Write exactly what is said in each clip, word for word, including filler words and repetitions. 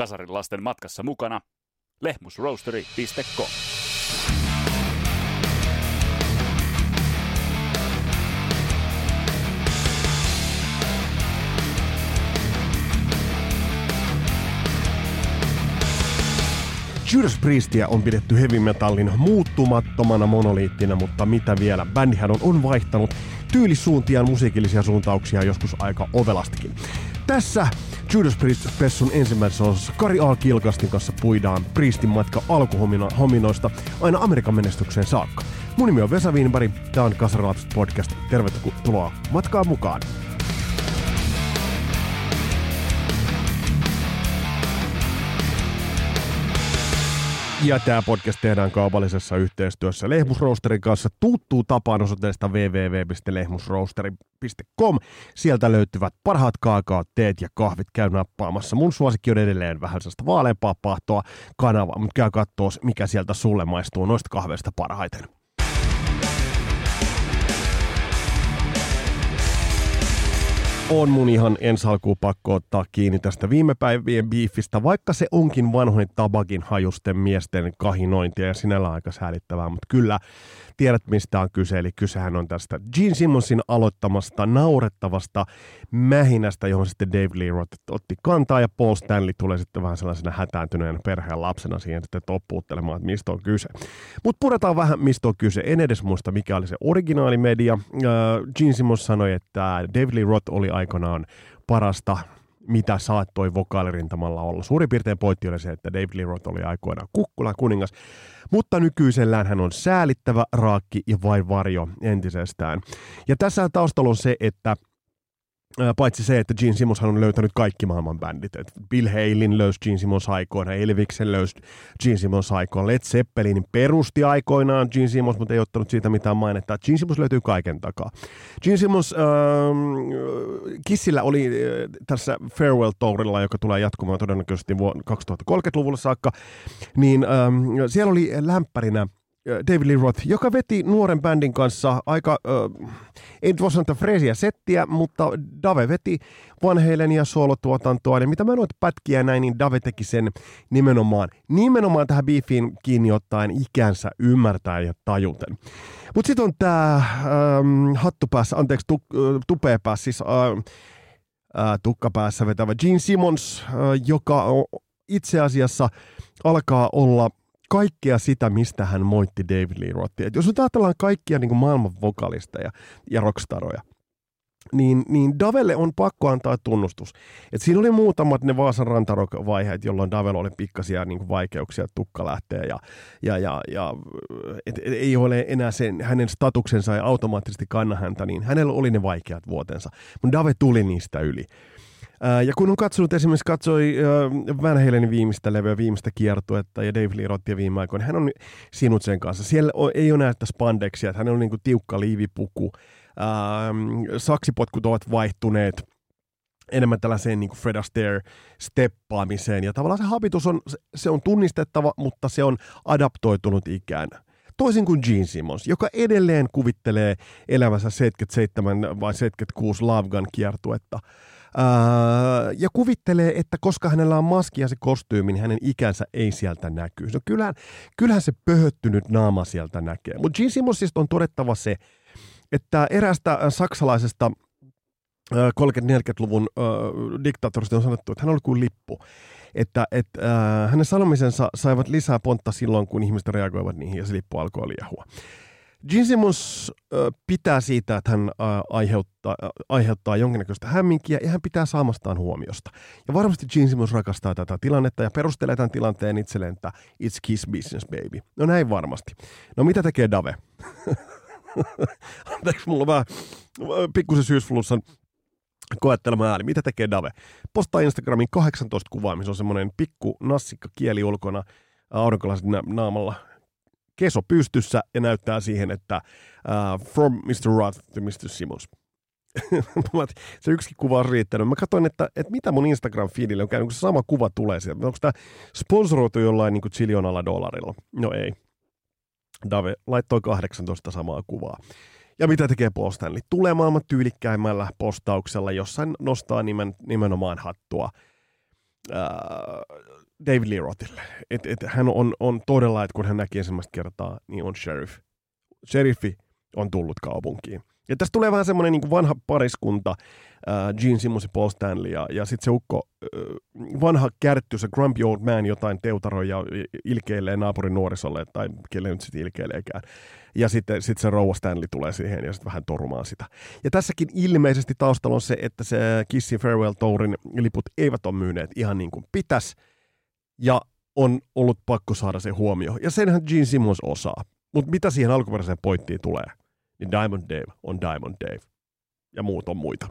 Kasarin lasten matkassa mukana. lehmusroasteri piste com. Judas Priestia on pidetty heavy metallin muuttumattomana monoliittina, mutta mitä vielä? Bändihän on, on vaihtanut tyylisuuntiaan, musiikillisia suuntauksia joskus aika ovelastikin. Tässä Judas Priest-pessun ensimmäisessä osassa Kari A. Kilkastin kanssa puidaan Priestin matka alkuhominoista aina Amerikan menestykseen saakka. Mun nimi on Vesa Wienberg, tää on Kasarilapset podcast. Tervetuloa matkaan mukaan! Ja tämä podcast tehdään kaupallisessa yhteistyössä Lehmusroasterin kanssa tuttuun tapaan osoitteesta double-u double-u double-u piste lehmusroasteri piste com. Sieltä löytyvät parhaat kaakaot, teet ja kahvit. Käy nappaamassa. Mun suosikki on edelleen vähän sellaista vaaleampaa pahtoa kanavaa, mutta käy kattoo, mikä sieltä sulle maistuu noista kahveista parhaiten. On mun ihan ensi alkuun pakko ottaa kiinni tästä viime päivien biifistä, vaikka se onkin vanhoin tabakin hajusten miesten kahinointia ja sinällään aika säälittävää, mutta kyllä tiedät mistä on kyse, eli kysehän on tästä Gene Simmonsin aloittamasta naurettavasta mähinästä, johon sitten Dave Lee Roth otti kantaa ja Paul Stanley tulee sitten vähän sellaisena hätääntyneen perheen lapsena siihen sitten toppuuttelemaan, että mistä on kyse. Mutta puretaan vähän mistä on kyse, en edes muista mikä oli se originaalimedia. Gene Simmons sanoi, että Dave Lee Roth oli aikanaan parasta, mitä saattoi vokaalirintamalla olla. Suurin piirtein pointti oli se, että Dave Lee Roth oli aikoinaan kukkulan kuningas, mutta nykyisellään hän on säälittävä, raakki ja vain varjo entisestään. Ja tässä taustalla on se, että paitsi se, että Gene Simmons on löytänyt kaikki maailman bändit. Et Bill Haleyn löysi Gene Simmons aikoinaan, Elviksen löysi Gene Simmons aikoinaan, Led Zeppelin perusti aikoinaan Gene Simmons, mutta ei ottanut siitä mitään mainetta. Gene Simmons löytyy kaiken takaa. Gene Simmons ähm, Kissillä oli äh, tässä Farewell Tourilla, joka tulee jatkumaan todennäköisesti vuonna kaksituhattakolmekymmentäluvulle saakka, niin ähm, siellä oli lämpärinä David Lee Roth, joka veti nuoren bändin kanssa aika, äh, ei nyt voi sanoa freesiä settiä, mutta Dave veti Van Halenia soolotuotantoa, ja mitä mä noita pätkiä näin, niin Dave teki sen nimenomaan, nimenomaan tähän beefiin kiinni ottaen ikänsä ymmärtäen ja tajuten. Mutta sitten on tää ähm, hattupäässä, anteeksi, tu, äh, tupeapäässä, siis äh, äh, tukkapäässä vetävä Gene Simmons, äh, joka itse asiassa alkaa olla kaikkea sitä, mistä hän moitti David Lee Rothia. Et jos nyt ajatellaan kaikkia niin kuin maailman vokalisteja ja rockstaroja, niin, niin Davelle on pakko antaa tunnustus. Et siinä oli muutamat ne Vaasan rantarock-vaiheet, jolloin Davella oli pikkasia niin kuin vaikeuksia, että tukka lähtee. Ja, ja, ja, ja et, et, ei ole enää sen, hänen statuksensa ja automaattisesti kanna häntä, niin hänellä oli ne vaikeat vuotensa. Mutta Dave tuli niistä yli. Ja kun on katsonut, esimerkiksi katsoi Van Halenin viimeistä levyä, viimeistä kiertuetta ja Dave Lee Rothia viime aikoina, hän on sinut sen kanssa. Siellä ei ole näitä spandeksia, että hänellä on niin kuin tiukka liivipuku. Saksipotkut ovat vaihtuneet enemmän tällaiseen niin kuin Fred Astaire-steppaamiseen. Ja tavallaan se habitus on, se on tunnistettava, mutta se on adaptoitunut ikään. Toisin kuin Gene Simmons, joka edelleen kuvittelee elämänsä seitsemänkymmentäseitsemän vai seitsemänkymmentäkuusi Love Gun-kiertuetta. Uh, ja kuvittelee, että koska hänellä on maski ja se kostyymi, niin hänen ikänsä ei sieltä näkyy. No kyllähän, kyllähän se pöhöttynyt naama sieltä näkee. Mutta Gene Simmonsista on todettava se, että eräästä saksalaisesta uh, kolmekymmentä-neljäkymmentäluvun uh, diktaattorista on sanottu, että hän oli kuin lippu. Että et, uh, hänen sanomisensa saivat lisää pontta silloin, kun ihmiset reagoivat niihin ja se lippu alkoi liehua. Gene Simmons äh, pitää siitä, että hän äh, aiheuttaa, äh, aiheuttaa jonkinnäköistä hämminkiä ja hän pitää saamastaan huomiosta. Ja varmasti Gene Simmons rakastaa tätä tilannetta ja perustelee tämän tilanteen itselleen, että it's kiss business, baby. No näin varmasti. No mitä tekee Dave? Anteeksi, mulla on vähän pikkusen syysflussan koettelema ääni. Mitä tekee Dave? Postaa Instagramin kahdeksantoista kuvaa, missä on semmoinen pikku nassikka kieli ulkona aurinkolaiset naamalla. Keso pystyssä ja näyttää siihen, että uh, from mister Roth to mister Simmons. Se yksikin kuva on riittänyt. Mä katsoin, että, että mitä mun Instagram-feedille on käynyt, kun se sama kuva tulee sieltä. Onko tämä sponsoroitu jollain niin kuin ziljonalla dollarilla? No ei. Dave laittoi kahdeksantoista samaa kuvaa. Ja mitä tekee Paul Stanley? Tulee maailman tyylikkäimmällä postauksella, jossa nostaa nimen, nimenomaan hattua. Uh, David Lee Rothille. Et, et hän on, on todella, että kun hän näki ensimmäistä kertaa, niin on sheriff. Sheriffi on tullut kaupunkiin. Ja tässä tulee vähän semmoinen niin kuin vanha pariskunta, äh, Gene Simmons ja Paul Stanley, ja, ja sitten se ukko, äh, vanha kärtty, se grumpy old man, jotain teutaroi ja ilkeilee naapurin nuorisolle, tai kelle nyt sitten ilkeileekään. Ja sitten sit se rouva Stanley tulee siihen ja sitten vähän torumaan sitä. Ja tässäkin ilmeisesti taustalla on se, että se Kissin Farewell Tourin liput eivät ole myyneet ihan niin kuin pitäisi, ja on ollut pakko saada se huomio. Ja senhän Gene Simmons osaa. Mutta mitä siihen alkuperäiseen pointtiin tulee? Niin Diamond Dave on Diamond Dave. Ja muut on muita.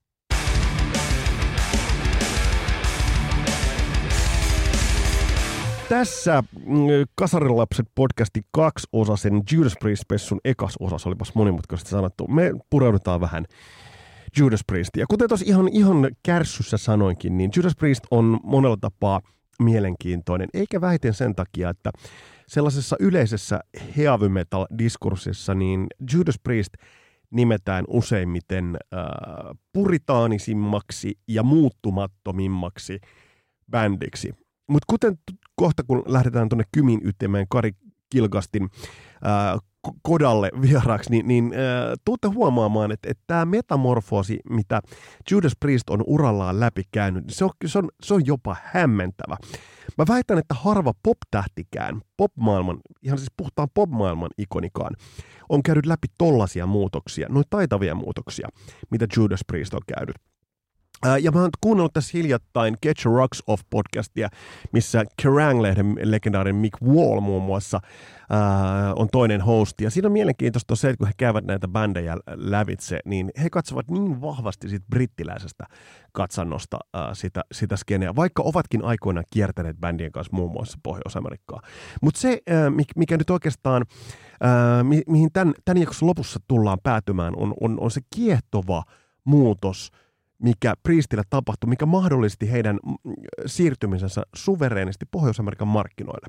Tässä Kasarilapset podcastin kaksiosaisen Judas Priest-spessun ekas osas, olipas monimutkaisesti sanottu. Me pureudutaan vähän Judas Priestiin. Ja kuten tuossa ihan, ihan kärssyssä sanoinkin, niin Judas Priest on monella tapaa mielenkiintoinen, eikä vähiten sen takia, että sellaisessa yleisessä heavy metal-diskurssissa niin Judas Priest nimetään useimmiten äh, puritaanisimmaksi ja muuttumattomimmaksi bändiksi. Mutta kuten t- kohta kun lähdetään tuonne Kymin ytimeen Kari Kilgastin äh, kodalle vieraaksi, niin, niin äh, tuutte huomaamaan, että, että tämä metamorfoosi, mitä Judas Priest on urallaan läpikäynyt, niin se on, se on, se on jopa hämmentävä. Mä väitän, että harva pop-tähtikään, pop-maailman, ihan siis puhtaan pop-maailman ikonikaan, on käynyt läpi tollaisia muutoksia, noin taitavia muutoksia, mitä Judas Priest on käynyt. Ää, ja mä oon kuunnellut tässä hiljattain Get Your Rocks Off-podcastia, missä Kerrang!-lehden legendaarinen Mick Wall muun muassa ää, on toinen hosti. Ja siinä on mielenkiintoista se, että kun he käyvät näitä bändejä lävitse, niin he katsovat niin vahvasti siitä brittiläisestä katsannosta ää, sitä, sitä skeneä, vaikka ovatkin aikoinaan kiertäneet bändien kanssa muun muassa Pohjois-Amerikkaa. Mutta se, ää, mikä nyt oikeastaan, ää, mi, mihin tämän, tämän jakson lopussa tullaan päätymään, on, on, on se kiehtova muutos, mikä Priestillä tapahtui, mikä mahdollisti heidän siirtymisensä suvereenisti Pohjois-Amerikan markkinoille.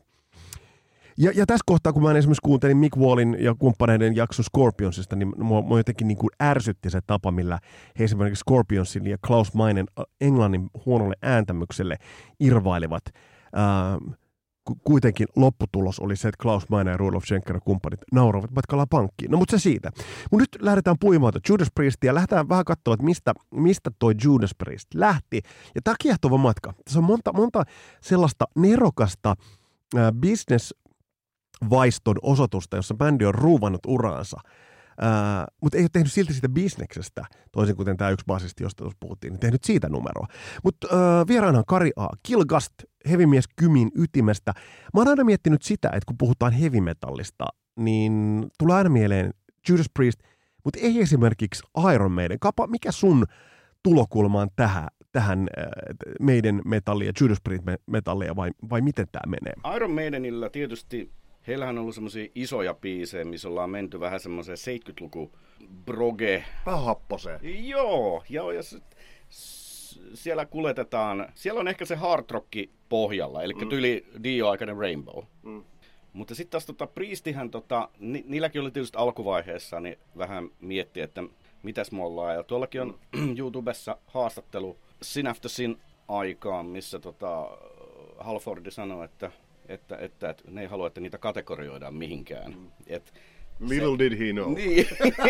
Ja, ja tässä kohtaa, kun mä esimerkiksi kuuntelin Mick Wallin ja kumppaneiden jakson Scorpionsista, niin mua, mua jotenkin niin kuin ärsytti se tapa, millä he esimerkiksi Scorpionsin ja Klaus Mainen englannin huonolle ääntämykselle irvailivat. Ää, kuitenkin lopputulos oli se, että Klaus Meine ja Rudolf Schenker ja kumppanit nauravat matkalla pankkiin. No mutta se siitä. Mutta nyt lähdetään puimaan Judas Priestia ja lähdetään vähän katsoa, että mistä, mistä toi Judas Priest lähti. Ja tämä on kiehtova matka. Tässä on monta, monta sellaista nerokasta äh, business-vaiston osoitusta, jossa bändi on ruuvannut uraansa. Uh, mutta ei ole tehnyt silti siitä bisneksestä, toisin kuten tämä yksi basisti, josta tuossa puhuttiin, niin tehnyt siitä numeroa. Mutta uh, vieraana on Kari A. Kilgast, hevimies Kymin ytimestä. Mä oon aina miettinyt sitä, että kun puhutaan heavy metallista, niin tulee aina mieleen Judas Priest, mutta ei esimerkiksi Iron Maiden. Kapa, mikä sun tulokulma on tähän, tähän äh, meidän metallia, Judas Priest metallia, vai, vai miten tämä menee? Iron Maidenillä tietysti heillähän on ollut semmoisia isoja biisejä, missä ollaan menty vähän semmoiseen seitsemänkymmentäluku broge. Vähän happoseen. Joo, joo, ja s- s- siellä kuljetetaan, siellä on ehkä se hard rocki pohjalla, eli mm. tyyli Dio-aikainen Rainbow. Mm. Mutta sitten taas tota, Priestihän, tota, ni- niilläkin oli tietysti alkuvaiheessa, niin vähän miettiä, että mitäs me ollaan. Ja tuollakin on mm. YouTubessa haastattelu Sin After Sin aikaan, missä tota, Halfordi sanoi, että Että, että, että ne ei halua, että niitä kategorioidaan mihinkään. Et Little se, did he know. Niin.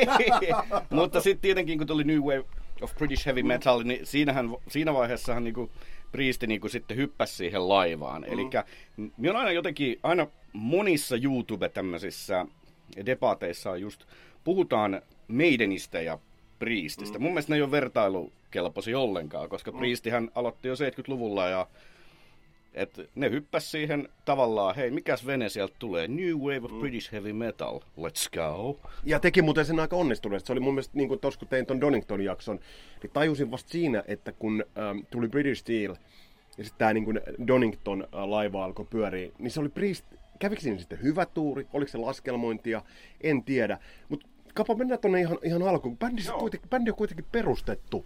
Mutta sitten tietenkin, kun tuli New Wave of British Heavy Metal, niin siinähän, siinä vaiheessahan niinku Priest niinku sitten hyppäsi siihen laivaan. Mm. Elikkä minä on aina jotenkin, aina monissa YouTube-tämmöisissä debateissa just puhutaan Maidenistä ja Priestistä. Mm. Mun mielestä ne ei ole vertailukelpoisia ollenkaan, koska mm. Priestihän aloitti jo seitsemänkymmentäluvulla ja että ne hyppäs siihen tavallaan, hei, mikäs vene sieltä tulee? New Wave of British Heavy Metal, let's go. Ja teki muuten sen aika onnistuneesti. Se oli mun mielestä, niin kuin tuossa kun tein ton Donington-jakson, niin tajusin vasta siinä, että kun ähm, tuli British Steel ja sitten tämä niin Donington-laiva alkoi pyöriä, niin se oli Priest, kävikö siinä sitten hyvä tuuri, oliko se laskelmointia, en tiedä. Mutta kapa, mennään tuonne ihan, ihan alkuun. Bändi, bändi on kuitenkin perustettu.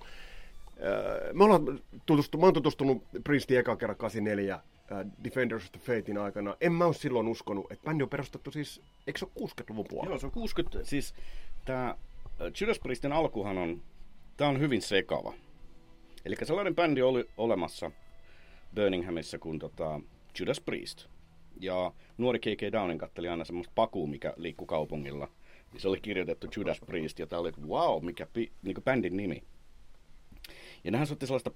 Me ollaan tutustu, mä oon tutustunut Priestiin eka kerran kahdeksankymmentäneljä uh, Defenders of the Faithin aikana. En mä oo silloin uskonut, että bändi on perustettu siis, eikö se ole kuusikymmentäluvun puolella? Joo, se on kuusikymmentä, siis tää Judas Priestin alkuhan on, tää on hyvin sekava. Eli sellainen bändi oli olemassa Birminghamissa, kun tota, Judas Priest. Ja nuori K K Downing katteli aina semmoista pakua, mikä liikkui kaupungilla. Ja se oli kirjoitettu Judas Priest, ja tää oli, että wow, mikä pi, niin kuin bändin nimi. Ja nehän soitti sellaista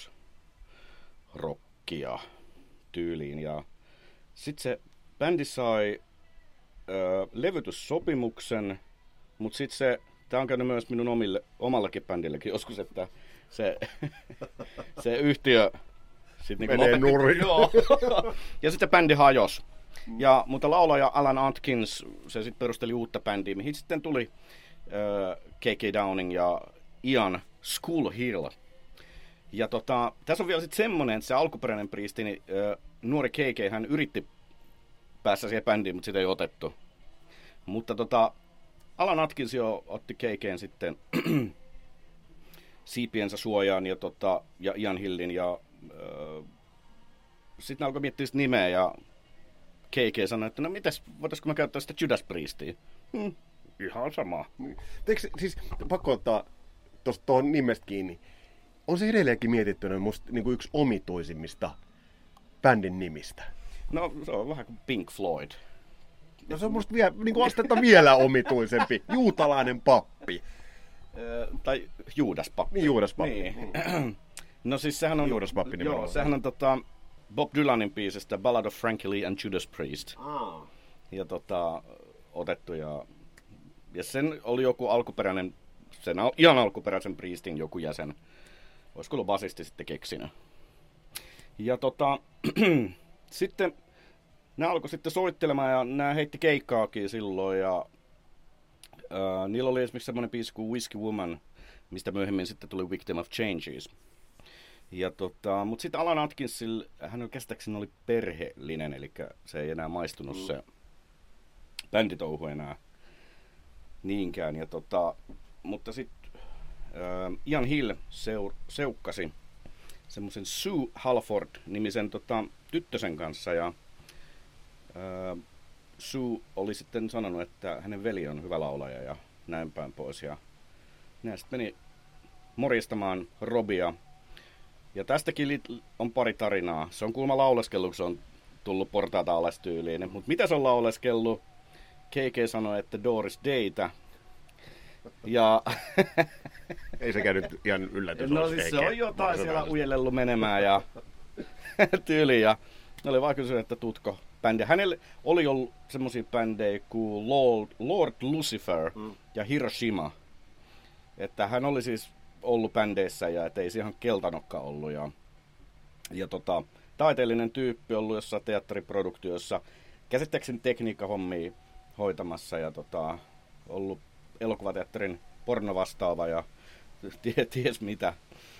blues-rockia tyyliin. Ja sitten se bändi sai ö, levytyssopimuksen, mutta sitten se, tää on käynyt myös minun omille, omallakin bändillekin joskus, että se, se yhtiö sit niinku menee nurin. Joo. Ja sitten bändi hajosi. Ja, mutta laulaja Alan Atkins, se sitten perusteli uutta bändiä, mihin sitten tuli ö, K K Downing ja Ian School Hill. Ja tota, tässä on vielä sitten semmoinen, että se alkuperäinen Priesti, niin ö, nuori K K, hän yritti päästä siihen bändiin, mutta sitä ei otettu. Mutta tota, Alan Atkins jo otti K K:n sitten siipiensä suojaan ja, tota, ja Ian Hillin ja ö, sitten alkoi miettiä sitä nimeä ja K K sanoi, että no mitäs, voitaisko mä käyttää sitä Judas Priestia? Hmm, ihan sama. Teekö, siis pakko ottaa tuohon nimestä kiinni. On se edelleenkin mietittynä musta niin kuin yksi omituisimmista bändin nimistä. No se on vähän kuin Pink Floyd. No se on musta vielä, niin kuin astetta vielä omituisempi. Juutalainen pappi. Ö, tai Juudaspappi. Niin, Juudaspappi. Niin. No siis sehän on... Juudaspappi joo, sehän on tota, Bob Dylanin biisistä Ballad of Frankie Lee and Judas Priest. Aa. Ja tota, otettu ja... Ja sen oli joku alkuperäinen, sen al, ihan alkuperäisen Priestin joku jäsen. Olisiko ollut basisti sitten keksinyt. Ja tota... sitten... Ne alkoi sitten soittelemaan ja nämä heitti keikkaakin silloin ja... Uh, niillä oli esimerkiksi semmoinen biisi kuin Whiskey Woman, mistä myöhemmin sitten tuli Victim of Changes. Ja tota, mutta sitten Alan Atkinsil, hän käsittääkseni oli perheellinen, eli se ei enää maistunut mm. se bänditouhu enää niinkään. Ja tota, mutta sitten uh, Ian Hill seur, seukkasi semmoisen Sue Halford-nimisen tota, tyttösen kanssa ja uh, Sue oli sitten sanonut, että hänen veli on hyvä laulaja ja näin päin pois. Ja ne sitten meni morjistamaan Robia. Ja tästäkin on pari tarinaa. Se on kuulemma lauleskellut, kun se on tullut portaita alas tyyliin. Mutta mitä se on lauleskellut? K K sanoi, että Doris Daytä. Ja... Ei se käynyt ihan yllätys. No siis se on jotain siellä ujellellut menemään ja tyyliin. Ja ne oli vaan kysynyt, että tutko bändejä. Hänellä oli ollut semmosia bändejä kuin Lord, Lord Lucifer mm. ja Hiroshima. Että hän oli siis ollut bändeissä ja ettei se ihan keltanokka ollut. Ja, ja tota, taiteellinen tyyppi ollut jossain teatteriproduktiossa. Käsittääkseni tekniikkahommia hoitamassa ja tota, ollut elokuvateatterin pornovastaava ja ties mitä.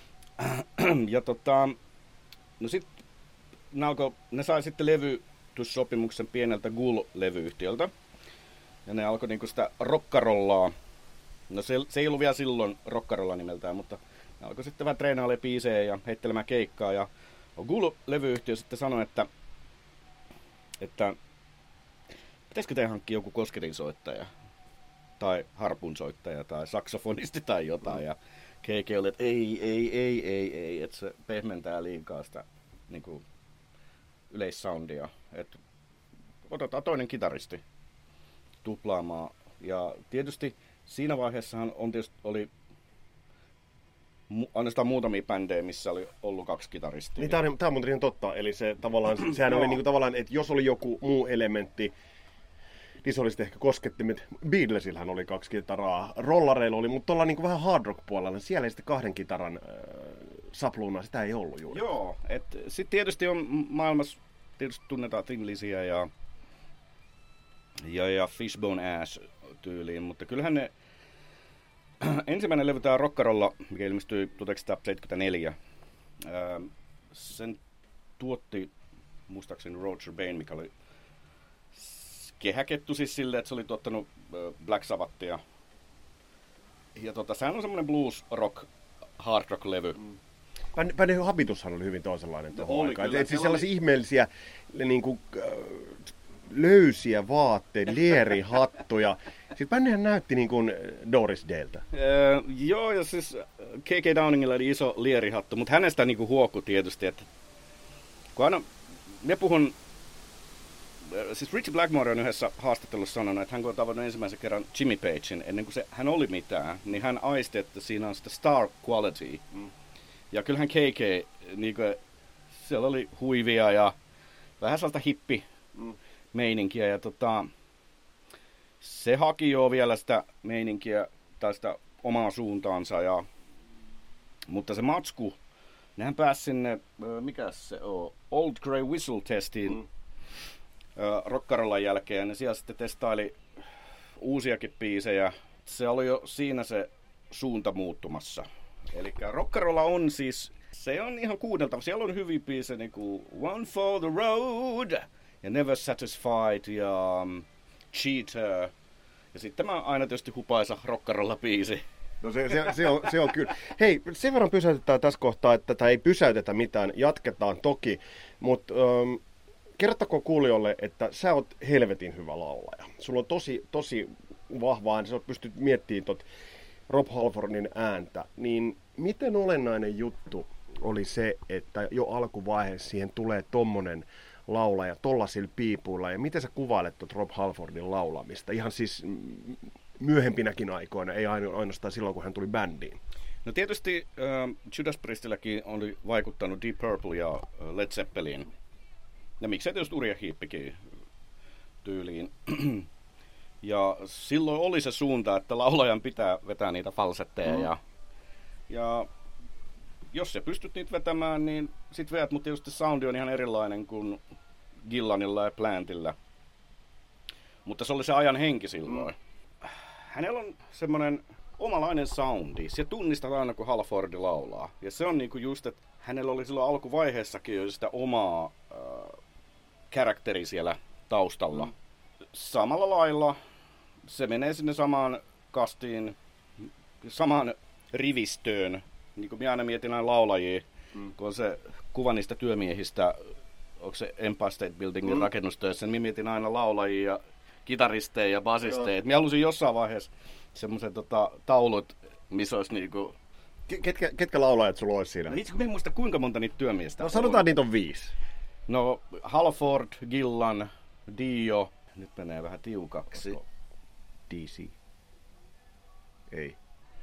Ja tota, no sit ne, alko, ne sai sitten levytyssopimuksen pieneltä Gull-levyyhtiöltä. Ja ne alkoi niinku sitä rockarollaa. No se, se ei ollut vielä silloin rockarolla nimeltään, mutta ne alkoi sitten vähän treenailemaan biisejä ja heittelemään keikkaa. Ja Gull-levyyhtiö sitten sanoi, että, että pitäisikö teidän hankkia joku kosketinsoittaja tai harpunsoittaja tai saksofonisti tai jotain. Ja K K oli, että ei, ei, ei, ei, ei, että se pehmentää liikaa sitä niin kuin yleissoundia. Että otetaan toinen kitaristi tuplaamaan. Ja tietysti siinä vaiheessahan on tietysti oli mu- ainoastaan muutamia bändejä, missä oli ollut kaksi kitaristia. Niin, tämä on, tämä on muuten ihan totta. Eli se tavallaan, sehän oli niin kuin, tavallaan, että jos oli joku muu elementti, niin se oli sitten ehkä koskettimet. Beatlesillähän oli kaksi kitaraa, rollareilla oli, mutta tuolla niin kuin vähän hard rock puolella, siellä ei sitten kahden kitaran äh, sapluunaa, sitä ei ollut juuri. Joo, että sitten tietysti on maailmassa, tietysti tunnetaan Thin Lizzyä ja, ja, ja Fishbone Ash tyyliin, mutta kyllähän ne ensimmäinen levy tää Rockarolla, mikä ilmestyi tuhatyhdeksänsataaseitsemänkymmentäneljä, ää, sen tuotti muistaakseni Roger Bain, mikä oli kehäkettu siis silleen, että se oli tuottanut Black Sabbathia. Ja tota, sehän on semmoinen blues rock, hard rock levy. Mm. Bändin habitushan oli hyvin toisenlainen tuohon oli aikaan. kyllä, Et siis se sellaisia oli ihmeellisiä niin kuin, äh, löysiä vaatteita, lierihattuja. Sitten bändihän näytti niin kuin Doris Dayltä. Öö, joo, ja siis K K Downingilla oli iso lierihattu, mutta hänestä niinku huokui tietysti, että kun aina minä puhun, siis Ritchie Blackmore on yhdessä haastattelussa sanonut, että hän on tavannut ensimmäisen kerran Jimmy Pagein, ennen kuin se, hän oli mitään, niin hän aisti, että siinä on sitä star quality. Mm. Ja kyllähän K K, niin kuin, siellä oli huivia ja vähän sellaista hippi mm. meininkiä, ja tota, se haki jo vielä sitä meininkiä tai sitä omaa suuntaansa, ja, mutta se matsku, nehän pääsi sinne, mikä se on, Old Grey Whistle-testiin mm. Rockarolan jälkeen, ja ne siellä sitten testaili uusiakin biisejä. Se oli jo siinä se suunta muuttumassa. Eli Rockarola on siis, se on ihan kuunneltava. Siellä on hyviä biisejä, niin kuin One for the Road, ja Never Satisfied, ja um, Cheater. Ja sitten tämä aina tietysti hupaisa Rockarola-biisi. No se, se, se, on, se on kyllä. Hei, sen verran pysäytetään tässä kohtaa, että tätä ei pysäytetä mitään, jatketaan toki, mutta ähm, kerrottakoon kuulijoille, että sä oot helvetin hyvä laulaja. Sulla on tosi, tosi vahvaa, sä pystyt miettimään tot Rob Halfordin ääntä, niin miten olennainen juttu oli se, että jo alkuvaiheessa siihen tulee tommonen laulaja tollasilla piipuilla, ja miten sä kuvailet tot Rob Halfordin laulamista, ihan siis myöhempinäkin aikoina, ei ainoastaan silloin, kun hän tuli bändiin? No tietysti äh, Judas Priestilläkin oli vaikuttanut Deep Purple ja äh, Led Zeppelin. Ja miksei tietysti Uriah Heepikin tyyliin. Ja silloin oli se suunta, että laulajan pitää vetää niitä falsetteja. Mm. Ja, ja jos sä pystyt niitä vetämään, niin sit veät, mutta tietysti soundi on ihan erilainen kuin Gillanilla ja Plantilla. Mutta se oli se ajan henki silloin. Mm. Hänellä on semmoinen omalainen soundi. Se tunnistat aina, kun Halfordi laulaa. Ja se on niinku just, että hänellä oli silloin alkuvaiheessakin jo sitä omaa äh, karakteri siellä taustalla. Mm. Samalla lailla se menee sinne samaan kastiin, samaan rivistöön. Niin kuin minä aina mietin näin laulajia, mm. kun on se kuva niistä työmiehistä, onko se Empire State Buildingin mm. rakennustöissä, niin minä mietin aina laulajia ja kitaristeja ja basisteja. Minä halusin jossain vaiheessa semmoisen tota, taulut, missä olisi niinku... Ketkä, ketkä laulajat sulla olisi siinä? No itse kun en muista kuinka monta niitä työmiestä no, sanotaan on. Niitä on viisi. No Halford, Gillan, Dio. Nyt menee vähän tiukaksi. Osko D C? Ei.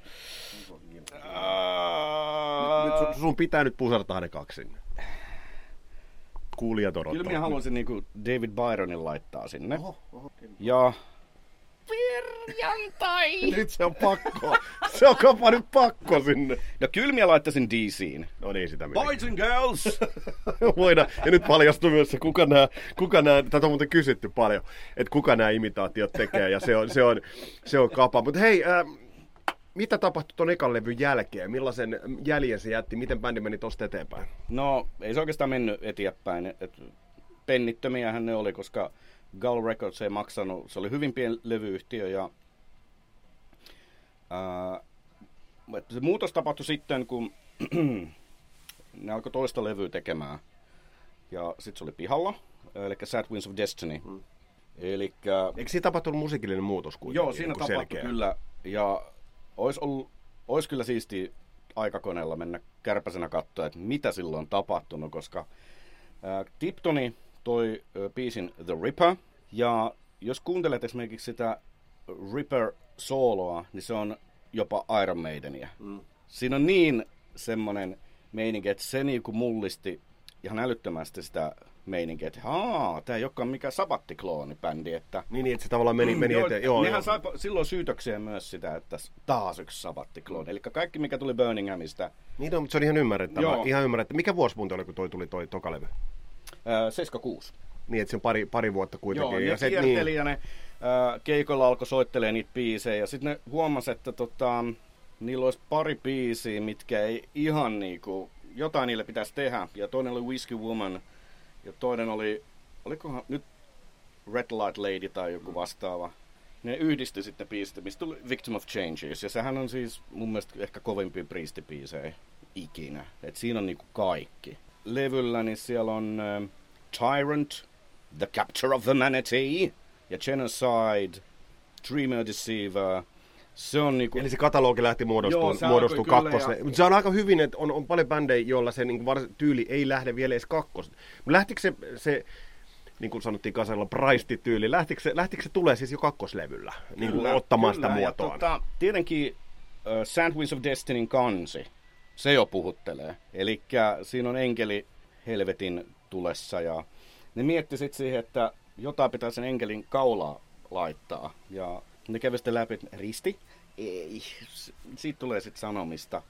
Uh... Nyt sun, sun pitää nyt pusartaa ne kaksi sinne. Kuulijat odottaa. Kyllä minä haluaisin niinku David Byronin laittaa sinne. Oho, oho. Ja... Perjantai! Nyt se on pakko. Se on kapa nyt pakko sinne. No kyllä minä laittaisin D C:in. No niin, sitä minä. Boys and girls! Voidaan. Ja nyt paljastui myös se, kuka nämä, kuka nämä, tätä on muuten kysytty paljon, että kuka nämä imitaatiot tekee, ja se on, se on, se on kapa. Mutta hei, äh, mitä tapahtui ton ekan levyn jälkeen? Millaisen jäljen se jätti? Miten bändi meni tosta eteenpäin? No, ei se oikeastaan mennyt eteenpäin. Et pennittömiähän ne oli, koska Gull Records ei maksanut. Se oli hyvin pieni levyyhtiö, ja ää, se muutos tapahtui sitten, kun ne alkoi toista levyä tekemään. Ja sitten se oli pihalla, eli Sad Winds of Destiny. Hmm. Elikkä... Eikö siinä tapahtunut musiikillinen muutos kuitenkin? Joo, siinä tapahtui selkeä. Kyllä. Ja olisi olis kyllä siistiä aikakoneella mennä kärpäsenä katsoa, että mitä silloin on tapahtunut, koska ää, Tiptoni toi ä, biisin The Ripper, ja jos kuuntelet esimerkiksi sitä Ripper-sooloa, niin se on jopa Iron Maideniä. Mm. Siinä on niin semmoinen meininki, että se niinku mullisti ihan älyttömästi sitä meininkiä, että haa, tää ei olekaan mikään Sabatti-klooni-bändi, että... Niin, niin, että se tavallaan meni, meni joo, eteen. Joo, nehän joo. sai silloin syytöksiä myös sitä, että taas yksi Sabatti-klooni. Eli kaikki, mikä tuli Birminghamista... Niin, no, mutta se on ihan ymmärrettävää. Ihan ymmärrettävää. Mikä vuosi muuten oli, kun toi tuli toi tokalevy? seitsemänkymmentäkuusi. Niin, että se on pari, pari vuotta kuitenkin. Joo, ja ne se, kierteli niin. ja ne äh, keikolla alkoi soittelemaan niitä biisejä. Ja sitten ne huomasi, että tota, niillä olisi pari biisiä, mitkä ei ihan niinku... Jotain niille pitäisi tehdä. Ja toinen oli Whiskey Woman. Ja toinen oli... Olikohan nyt Red Light Lady tai joku vastaava. Ne yhdisti sitten biisit, mistä tuli Victim of Changes. Ja sehän on siis mun mielestä ehkä kovimpia Priesti-biisejä ikinä. Et siinä on niinku kaikki. Levyllä niin siellä on uh, Tyrant, The Capture of Humanity ja Genocide, Dreamer Deceiver, Se on niinku... Eli se katalogi lähti muodostumaan muodostuu kakkoselle. Ja... Mutta se on aika hyvin, että on, on paljon bändejä, joilla se niinku vars, tyyli ei lähde vielä edes kakkoselle. Lähtikö se, se niin kuin sanottiin kasalla, Price-tyyli, lähtikö se, lähtikö se tulee siis jo kakkoslevyllä niin kuin ottamaan kyllä, sitä muotoa? Tota, tietenkin uh, Sandwinds of Destinyn kansi, se jo puhuttelee. Eli siinä on enkeli helvetin tulessa ja ne mietti sitten siihen, että jotain pitää sen enkelin kaulaa laittaa. Ja ne kävi sitten läpi, että risti? Ei. Siitä tulee sitten sanomista.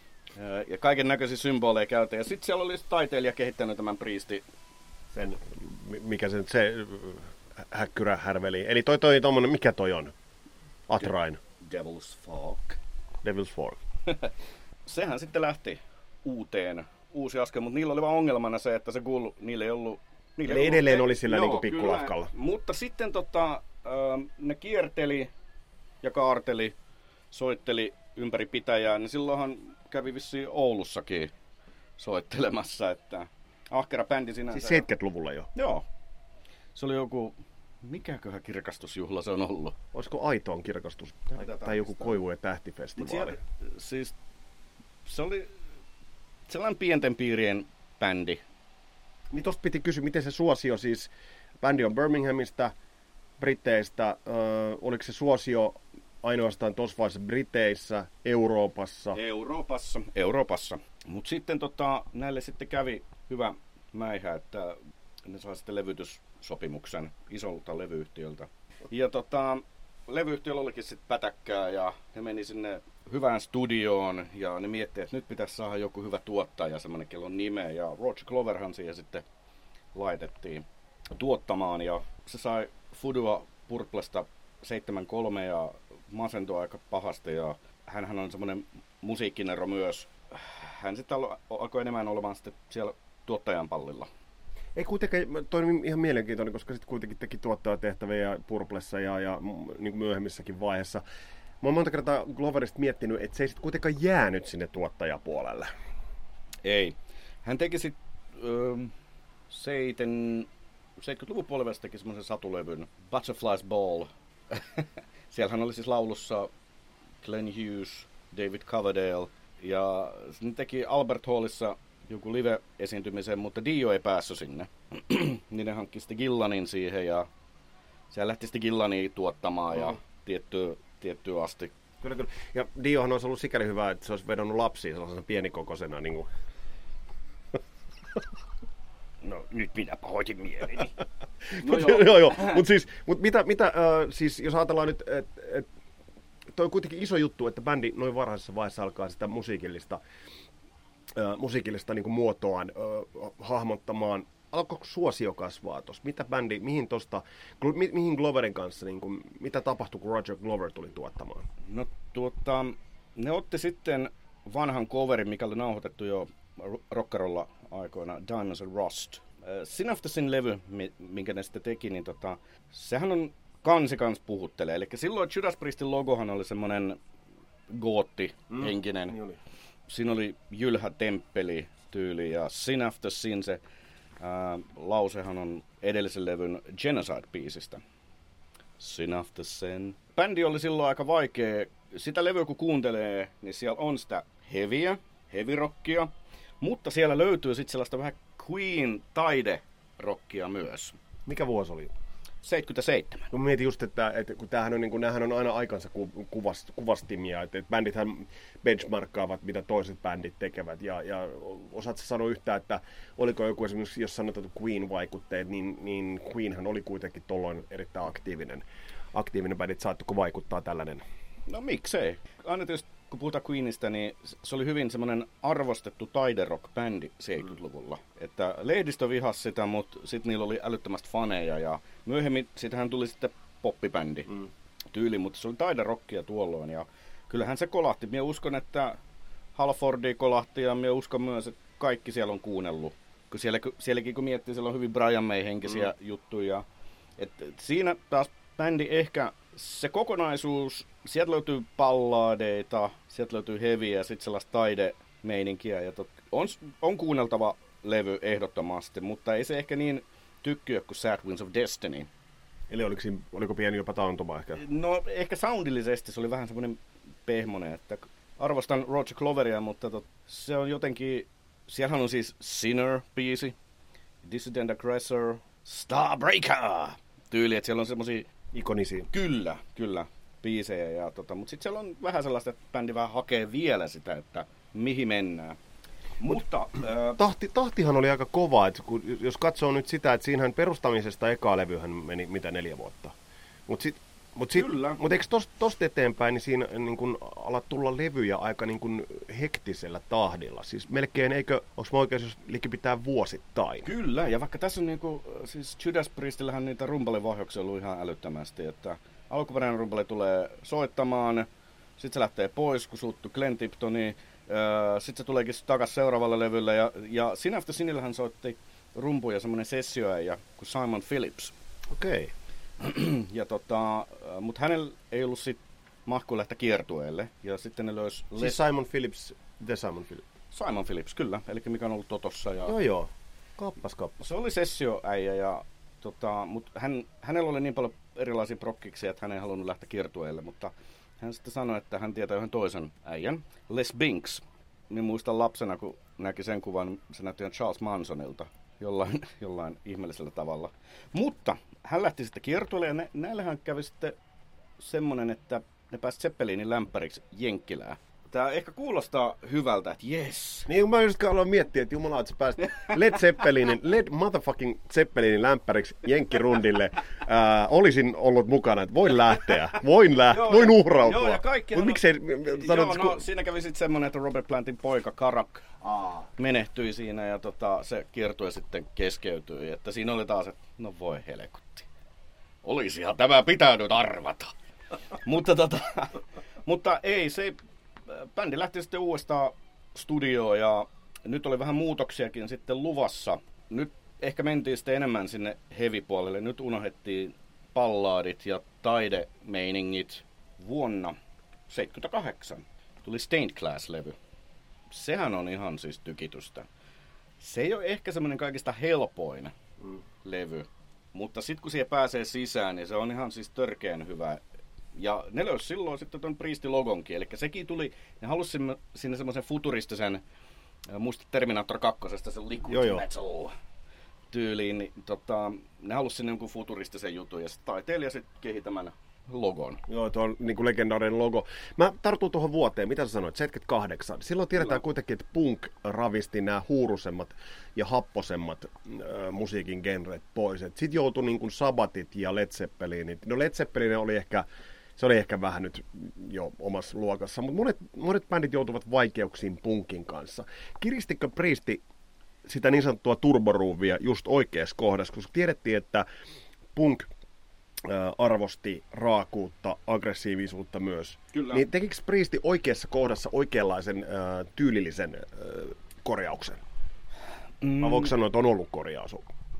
Ja kaiken näköisiä symboleja käytetään. Ja sitten siellä oli taiteilija kehittänyt tämän priisti. Sen, mikä se se häkkyrä härveli. Eli toi toi tommonen, mikä toi on? Atrain. Devil's Fork. Devil's Fork. Sehän sitten lähti uuteen, uusi askel, mutta niillä oli vaan ongelmana se, että se kuului, niillä ei ollut... Niillä Eli ei edelleen ollut, oli sillä joo, niinku pikkulafkalla. Kyllä, mutta sitten tota, ne kierteli ja kaarteli, soitteli ympäri pitäjää, niin silloinhan kävi vissiin Oulussakin soittelemassa, että ahkera bändi sinänsä. Siis seitsemänkymmentäluvulla jo? Joo. Se oli joku, mikäköhän kirkastusjuhla se on ollut? Olisiko Aitoon kirkastus? Tai, tai joku Koivu- ja tähtifestivaali? Siellä, siis se oli sellainen pienten piirien bändi. Niin tosta piti kysyä, miten se suosio siis, bändi on Birminghamista, Briteistä, äh, oliko se suosio ainoastaan tuossa vaiheessa Briteissä, Euroopassa? Euroopassa, Euroopassa. Mutta sitten tota, näille sitten kävi hyvä mäihä, että ne saa sitten levytyssopimuksen isolta levyyhtiöltä. Ja tota, levyyhtiöllä olikin sitten pätäkkää ja ne meni sinne hyvään studioon ja ne miettii, että nyt pitäisi saada joku hyvä tuottaja, semmoinen kellon nimeä. Ja Roger Gloverhan siihen sitten laitettiin tuottamaan ja se sai Fudua Purplesta seitsemän kolme ja masentoi aika pahasti ja hänhän on semmoinen musiikkinero myös. Hän sitten alkoi enemmän olemaan sitten siellä tuottajan pallilla. Ei kuitenkaan, toi on ihan mielenkiintoinen, koska sitten kuitenkin teki tuottajatehtäviä Purplessa ja, ja niin kuin myöhemmissäkin vaiheessa. Mä oon monta kertaa Gloverista miettinyt, että se ei sitten kuitenkaan jäänyt sinne tuottajapuolelle. Ei. Hän teki sitten ähm, seitsemänkymmentäluvun puolivälistä teki semmoisen satulevyn Butterfly's Ball. Siellähän oli siis laulussa Glenn Hughes, David Coverdale ja ne teki Albert Hallissa joku live-esiintymisen, mutta Dio ei päässyt sinne. Niin ne hankki sitten Gillanin siihen ja siellä lähti sitten Gillania tuottamaan ja tiettyä, tiettyä asti. Kyllä, kyllä. Ja Diohan olisi ollut sikäli hyvä, että se olisi vedonnut lapsiin sellaisena pienikokoisena. Niin kuin... No nyt minä pahoitin mieleni. No joo, joo, joo. Mutta siis, mut mitä, mitä äh, siis jos ajatellaan nyt, että et, toi on kuitenkin iso juttu, että bändi noin varhaisessa vaiheessa alkaa sitä musiikillista, äh, musiikillista niin kuin muotoaan äh, hahmottamaan. Alkoiko suosio kasvaa tuossa? Mitä bändi, mihin tosta, mi, mihin Gloverin kanssa, niin kuin, mitä tapahtui, kun Roger Glover tuli tuottamaan? No tuota, ne otti sitten vanhan coverin, mikä oli nauhoitettu jo Rockarolla aikoina, Diamonds and Rust. Sin After Sin levy, minkä ne sitten teki, niin tota, sehän on kansi kans puhuttelee. Eli silloin Judas Priestin logohan oli semmonen gootti-henkinen. Mm, siinä oli jylhä temppeli tyyli ja Sin After Sin se ää, lausehan on edellisen levyn Genocide-biisistä. Sin After Sin. Bändi oli silloin aika vaikea. Sitä levyä kun kuuntelee, niin siellä on sitä heavyä, heavy rockia. Mutta siellä löytyy sitten sellaista vähän Queen-taiderockia myös. Mikä vuosi oli? seitsemänkymmentäseitsemän. No mietin just, että, että kun tämähän on, niin kuin, näähän on aina aikansa kuvast, kuvastimia, että, että bändithän benchmarkkaavat, mitä toiset bändit tekevät. Ja, ja osaatko sanoa yhtään, että oliko joku esimerkiksi, jos sanotaan Queen-vaikutteet, niin, niin Queenhän oli kuitenkin tolloin erittäin aktiivinen, aktiivinen bändi, että saatteko vaikuttaa tällainen? No miksei. Aina tietysti kun puhutaan Queenista, niin se oli hyvin semmoinen arvostettu taiderock-bändi seitsemänkymmentäluvulla. Mm. Että lehdistö vihasi sitä, mutta sitten niillä oli älyttömästi faneja ja myöhemmin sitähän tuli sitten poppibändi mm. tyyli, mutta se oli taiderockia tuolloin ja kyllähän se kolahti. Minä uskon, että Halfordi kolahti ja minä uskon myös, että kaikki siellä on kuunnellut. Kun siellä, sielläkin kun miettii, siellä on hyvin Brian May-henkisiä mm. juttuja. Et, et siinä taas bändi ehkä se kokonaisuus, sieltä löytyy balladeita, sieltä löytyy heviä, sitten sellaista taidemeininkiä. Ja tot, on, on kuunneltava levy ehdottomasti, mutta ei se ehkä niin tykkyä kuin Sad Winds of Destiny. Eli oliko, siinä, oliko pieni jopa taantuma ehkä? No ehkä soundillisesti se oli vähän semmoinen pehmonen, että arvostan Roger Cloveria, mutta tot, se on jotenkin, siellähän on siis Sinner-biisi, Dissident Aggressor, Starbreaker tyyli, että siellä on semmosia ikonisia. Kyllä, kyllä, biisejä, ja tota, mutta sitten siellä on vähän sellaista, että bändi vähän hakee vielä sitä, että mihin mennään. Mutta äh, Tahti, tahtihan oli aika kova, että kun, jos katsoo nyt sitä, että siinähän perustamisesta eka levyhän meni mitä neljä vuotta. Mutta sit, mut sit, mut eikö tosta, tosta eteenpäin, niin siinä niin kun alat tulla levyjä aika niin kun hektisellä tahdilla? Siis melkein, eikö, onko mä oikein, jos liikki pitää vuosittain? Kyllä, ja vaikka tässä on niinku, siis Judas Priestillähän niitä rumpalivahjoksia ollut ihan älyttömästi, että alkuperäinen rumpali tulee soittamaan, sitten se lähtee pois, kun suuttu Glenn Tiptoni, sitten se tuleekin takaisin seuraavalle levylle, ja, ja Sin After Sinillähän soitti rumpuja semmoinen sessioäijä kuin Simon Phillips. Okei. Okay. ja tota, mutta hänellä ei ollut sit mahku lähteä kiertueelle, ja sitten ne löysi... Siis Les... Simon Phillips, The Simon Phillips. Simon Phillips, kyllä, eli mikä on ollut Totossa. Ja... Joo joo, kappas kappas. Se oli sessioäijä, ja tota, mutta hän, hänellä oli niin paljon erilaisia prokkiksia, että hän ei halunnut lähteä kiertueelle, mutta hän sitten sanoi, että hän tietää yhden toisen äijän, Les Binks. Minä muistan lapsena, kun näki sen kuvan, se näytti ihan Charles Mansonilta jollain, jollain ihmeellisellä tavalla. Mutta hän lähti sitten kiertueelle, ja nä- näillähän kävi sitten semmoinen, että ne pääsi Zeppelinin lämpäriksi Jenkkilään. Tämä ehkä kuulostaa hyvältä, että jes. Niin mä just aloin miettiä, että jumala, että sä pääsit Led Zeppelinin, Led motherfucking Zeppelinin lämpäriksi Jenkkirundille. Ää, olisin ollut mukana, että voin lähteä, voin lähteä, joo, voin uhrautua. Joo, ja kaikki... Mut miksei... Joo, no, ku... siinä kävi sitten semmoinen, että Robert Plantin poika Karak Aa. menehtyi siinä, ja tota, se kiertue sitten keskeytyi. Että siinä oli taas, että no voi helkutti. Olisihan tämä pitänyt arvata. mutta, tota, mutta ei, se ei... Bändi lähti sitten uudestaan studioon, ja nyt oli vähän muutoksiakin sitten luvassa. Nyt ehkä mentiin sitten enemmän sinne heavy-puolelle. Nyt unohdettiin ballaadit ja taidemeiningit. Vuonna seitsemänkymmentäkahdeksan tuli Stained Glass-levy. Sehän on ihan siis tykitystä. Se ei ole ehkä semmoinen kaikista helpoin mm. levy, mutta sitten kun siihen pääsee sisään, niin se on ihan siis törkeän hyvä. Ja ne löysi silloin sitten tuon Priesti-logonkin, eli sekin tuli, ne halusi sinne semmoisen futuristisen, muista Terminator kakkosesta, se liquid joo, metal tyyliin, niin tota, ne halusi sinne jonkun futuristisen jutun, ja sitten taiteilija sitten kehi tämän logon. Joo, tuo on niin kuin legendaarinen logo. Mä tartun tuohon vuoteen, mitä sä sanoit, seitsemänkymmentäkahdeksan. Silloin tiedetään no. kuitenkin, että punk ravisti nämä huurusemmat ja happosemmat äh, musiikin genret pois. Sitten joutui niin kuin Sabbathit ja Led Zeppelinit. No Led Zeppelin oli ehkä... Se oli ehkä vähän nyt jo omassa luokassa, mutta monet, monet bändit joutuvat vaikeuksiin punkin kanssa. Kiristikö Priesti sitä niin sanottua turboruuvia just oikeassa kohdassa, koska tiedettiin, että punk äh, arvosti raakuutta, aggressiivisuutta myös. Kyllä. Niin tekikö Priesti oikeassa kohdassa oikeanlaisen äh, tyylillisen äh, korjauksen? Mm. Mä voinko sanoa, että on ollut korjaus?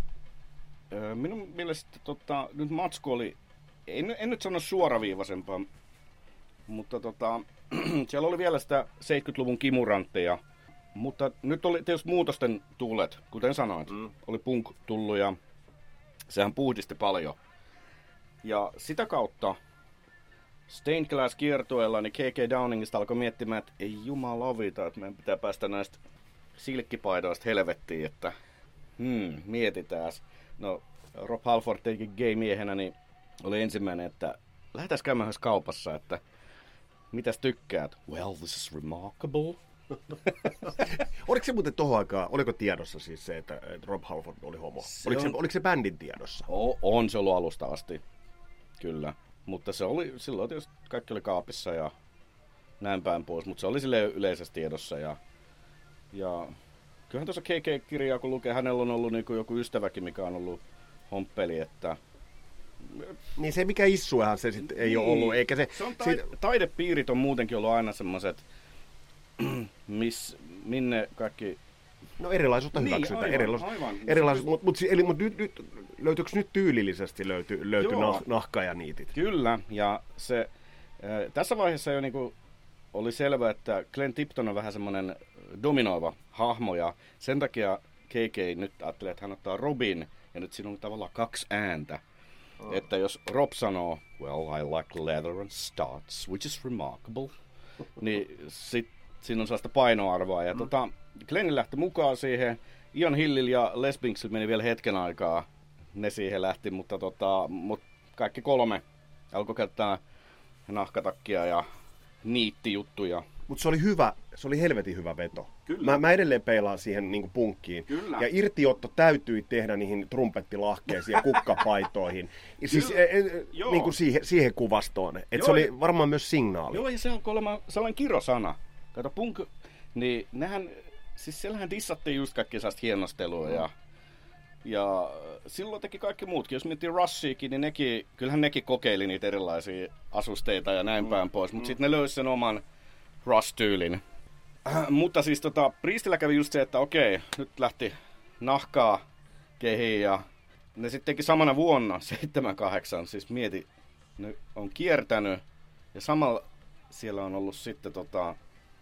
Minun mielestä tota, nyt matsku oli... En, en nyt sano suoraviivaisempaa, mutta tota, siellä oli vielä sitä seitsemänkymmentäluvun kimurantteja, mutta nyt oli tietysti muutosten tuulet, kuten sanoit. Mm. Oli punk tullut ja sehän puhdisti paljon. Ja sitä kautta Stained Glass -kiertueella niin K K Downingista alkoi miettimään, että ei jumalavita, että meidän pitää päästä näistä silkkipaidoista helvettiin, että hmm, mietitään. No, Rob Halford teki gay-miehenä, niin oli ensimmäinen, että lähdetään käymään yhdessä kaupassa, että mitäs tykkäät? Well, this is remarkable. Oliko se muuten tohon aikaan, oliko tiedossa siis se, että Rob Halford oli homo? Se oliko, on... se, oliko se bändin tiedossa? O, on se ollut alusta asti, kyllä. Mutta se oli, silloin tietysti kaikki oli kaapissa ja näin päin pois, mutta se oli silleen yleisessä tiedossa. Ja, ja kyllähän tuossa K K-kirjaa kun lukee, hänellä on ollut niin kuin joku ystäväkin, mikä on ollut homppeli, että... Niin se mikä issuahan se sitten ei niin. ole ollut, eikä se... se on ta- siitä... Taidepiirit on muutenkin ollut aina semmoiset, miss, minne kaikki... No erilaisuutta niin, hyväksytään, aivan, erilais... aivan. Erilais... mutta mut, eli, mut nyt, nyt, löytyykö nyt tyylillisesti löyty, löyty nah, nahka ja niitit? Kyllä, ja se, äh, tässä vaiheessa jo niinku oli selvä, että Glenn Tipton on vähän semmoinen dominoiva hahmo, ja sen takia K K nyt ajattelee, että hän ottaa Robin, ja nyt siinä on tavallaan kaksi ääntä. Oh. Että jos Rob sanoo, well, I like leather and studs, which is remarkable, niin sit siinä on sellaista painoarvoa. Ja mm. tota, Glenn lähti mukaan siihen. Ian Hillil ja Les Binksillä meni vielä hetken aikaa. Ne siihen lähti, mutta tota, mut kaikki kolme alkoi käyttää nahkatakkia ja niittijuttuja. Mutta se oli hyvä, se oli helvetin hyvä veto. Mä, mä edelleen peilaan siihen niin kuin punkkiin. Kyllä. Ja irtiotto täytyi tehdä niihin trumpettilahkeisiin ja kukkapaitoihin. Siis e, e, niin kuin siihen, siihen kuvastoon. Et se oli varmaan myös signaali. Joo, ja se on kolma sellainen kirosana. Kato, punk, niin nehän, siis siellähän dissattiin just kaikki sellaista hienostelua. Mm. Ja, ja silloin teki kaikki muutkin. Jos miettii Rushiakin, niin nekin, kyllähän nekin kokeili niitä erilaisia asusteita ja näin mm. päin pois. Mutta mm. sitten ne löysi sen oman Rush-tyylin. Äh, mutta siis tota, Priestillä kävi just se, että okei, nyt lähti nahkaa kehiin ja ne sitten teki samana vuonna, seitsemän kahdeksan, siis mieti, ne on kiertänyt ja samalla siellä on ollut sitten tota,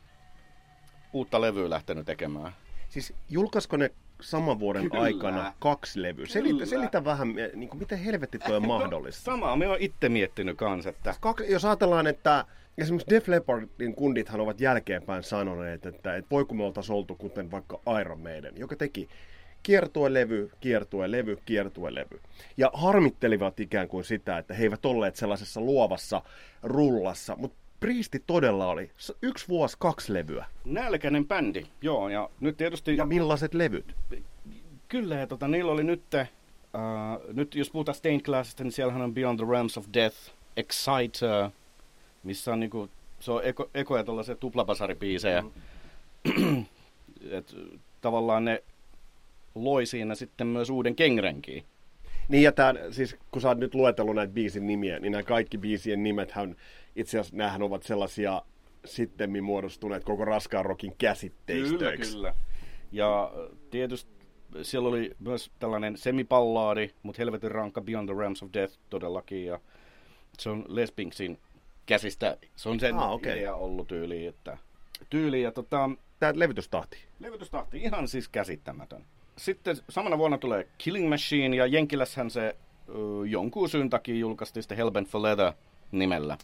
uutta levyä lähtenyt tekemään. Siis julkaisiko ne saman vuoden Kyllä. aikana kaksi levyä? Selitä, selitä vähän, niin kuin, miten helvetti toi on mahdollista. Samaa, me oon itse miettinyt kanssa, että... Kaksi, jos ajatellaan, että esimerkiksi Def Leppardin kundithan ovat jälkeenpäin sanoneet, että, että voi kun me oltaisiin oltu kuten vaikka Iron Maiden, joka teki kiertuelevy, kiertuelevy, kiertuelevy. Ja harmittelivat ikään kuin sitä, että he eivät olleet sellaisessa luovassa rullassa, mutta Priesti todella oli. Yksi vuosi, kaksi levyä. Nälkäinen bändi, joo. Ja nyt tietysti... Ja millaiset levyt? Kyllä, ja tota, niillä oli nyt... Uh, nyt jos puhutaan Stained Glassista, niin siellähän on Beyond the Realms of Death, Exciter, missä on niinku... Se on eko, ekoja tuollaisia tuplabasaribiisejä. Mm. Et, tavallaan ne loi siinä sitten myös uuden genrenkin. Niin, ja tämän, siis kun sä oot nyt luetellut näitä biisin nimiä, niin nämä kaikki biisien nimethän, itse asiassa näähän ovat sellaisia sittemmin muodostuneet koko raskaan rockin käsitteistöiksi. Kyllä, kyllä. Ja tietysti siellä oli myös tällainen semipallaadi, mutta helvetin rankka Beyond the Realms of Death todellakin. Ja se on Les Pinksin käsistä, se on sen ah, okay. idea ollut tyyli, että tyyli ja tota... Tää levytystahti. Levytystahti, ihan siis käsittämätön. Sitten samana vuonna tulee Killing Machine, ja Jenkilässähän se uh, jonkun syyn takia julkaistiin sitten Hellbent for Leather nimellä.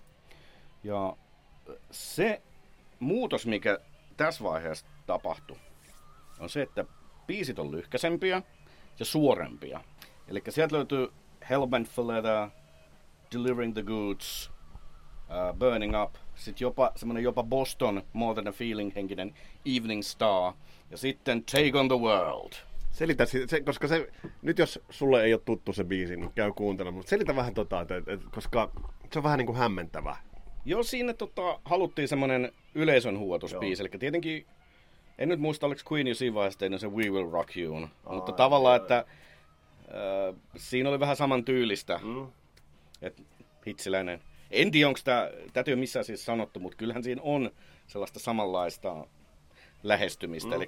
Ja se muutos, mikä tässä vaiheessa tapahtui, on se, että biisit on lyhkäisempiä ja suorempia. Eli sieltä löytyy Hellbent for Leather, Delivering the Goods, uh, Burning Up, sitten jopa semmoinen jopa Boston More Than a Feeling henkinen Evening Star, ja sitten Take on the World. Selitä, se, koska se, nyt jos sulle ei ole tuttu se biisi, niin käy kuuntelemaan, mutta selitä vähän tota, että, että, koska se on vähän niin kuin hämmentävää. Joo, siinä tota, haluttiin semmoinen yleisön huuatusbiisi, eli tietenkin, en nyt muista, oliko Queen jo siinä vaiheessa tehnyt se We Will Rock You, Aa, mutta tavallaan, joo. että äh, siinä oli vähän saman tyylistä, mm. että hitsiläinen. En tiedä, onko tämä, tätä ei ole missään siis sanottu, mutta kyllähän siinä on sellaista samanlaista lähestymistä, mm. eli...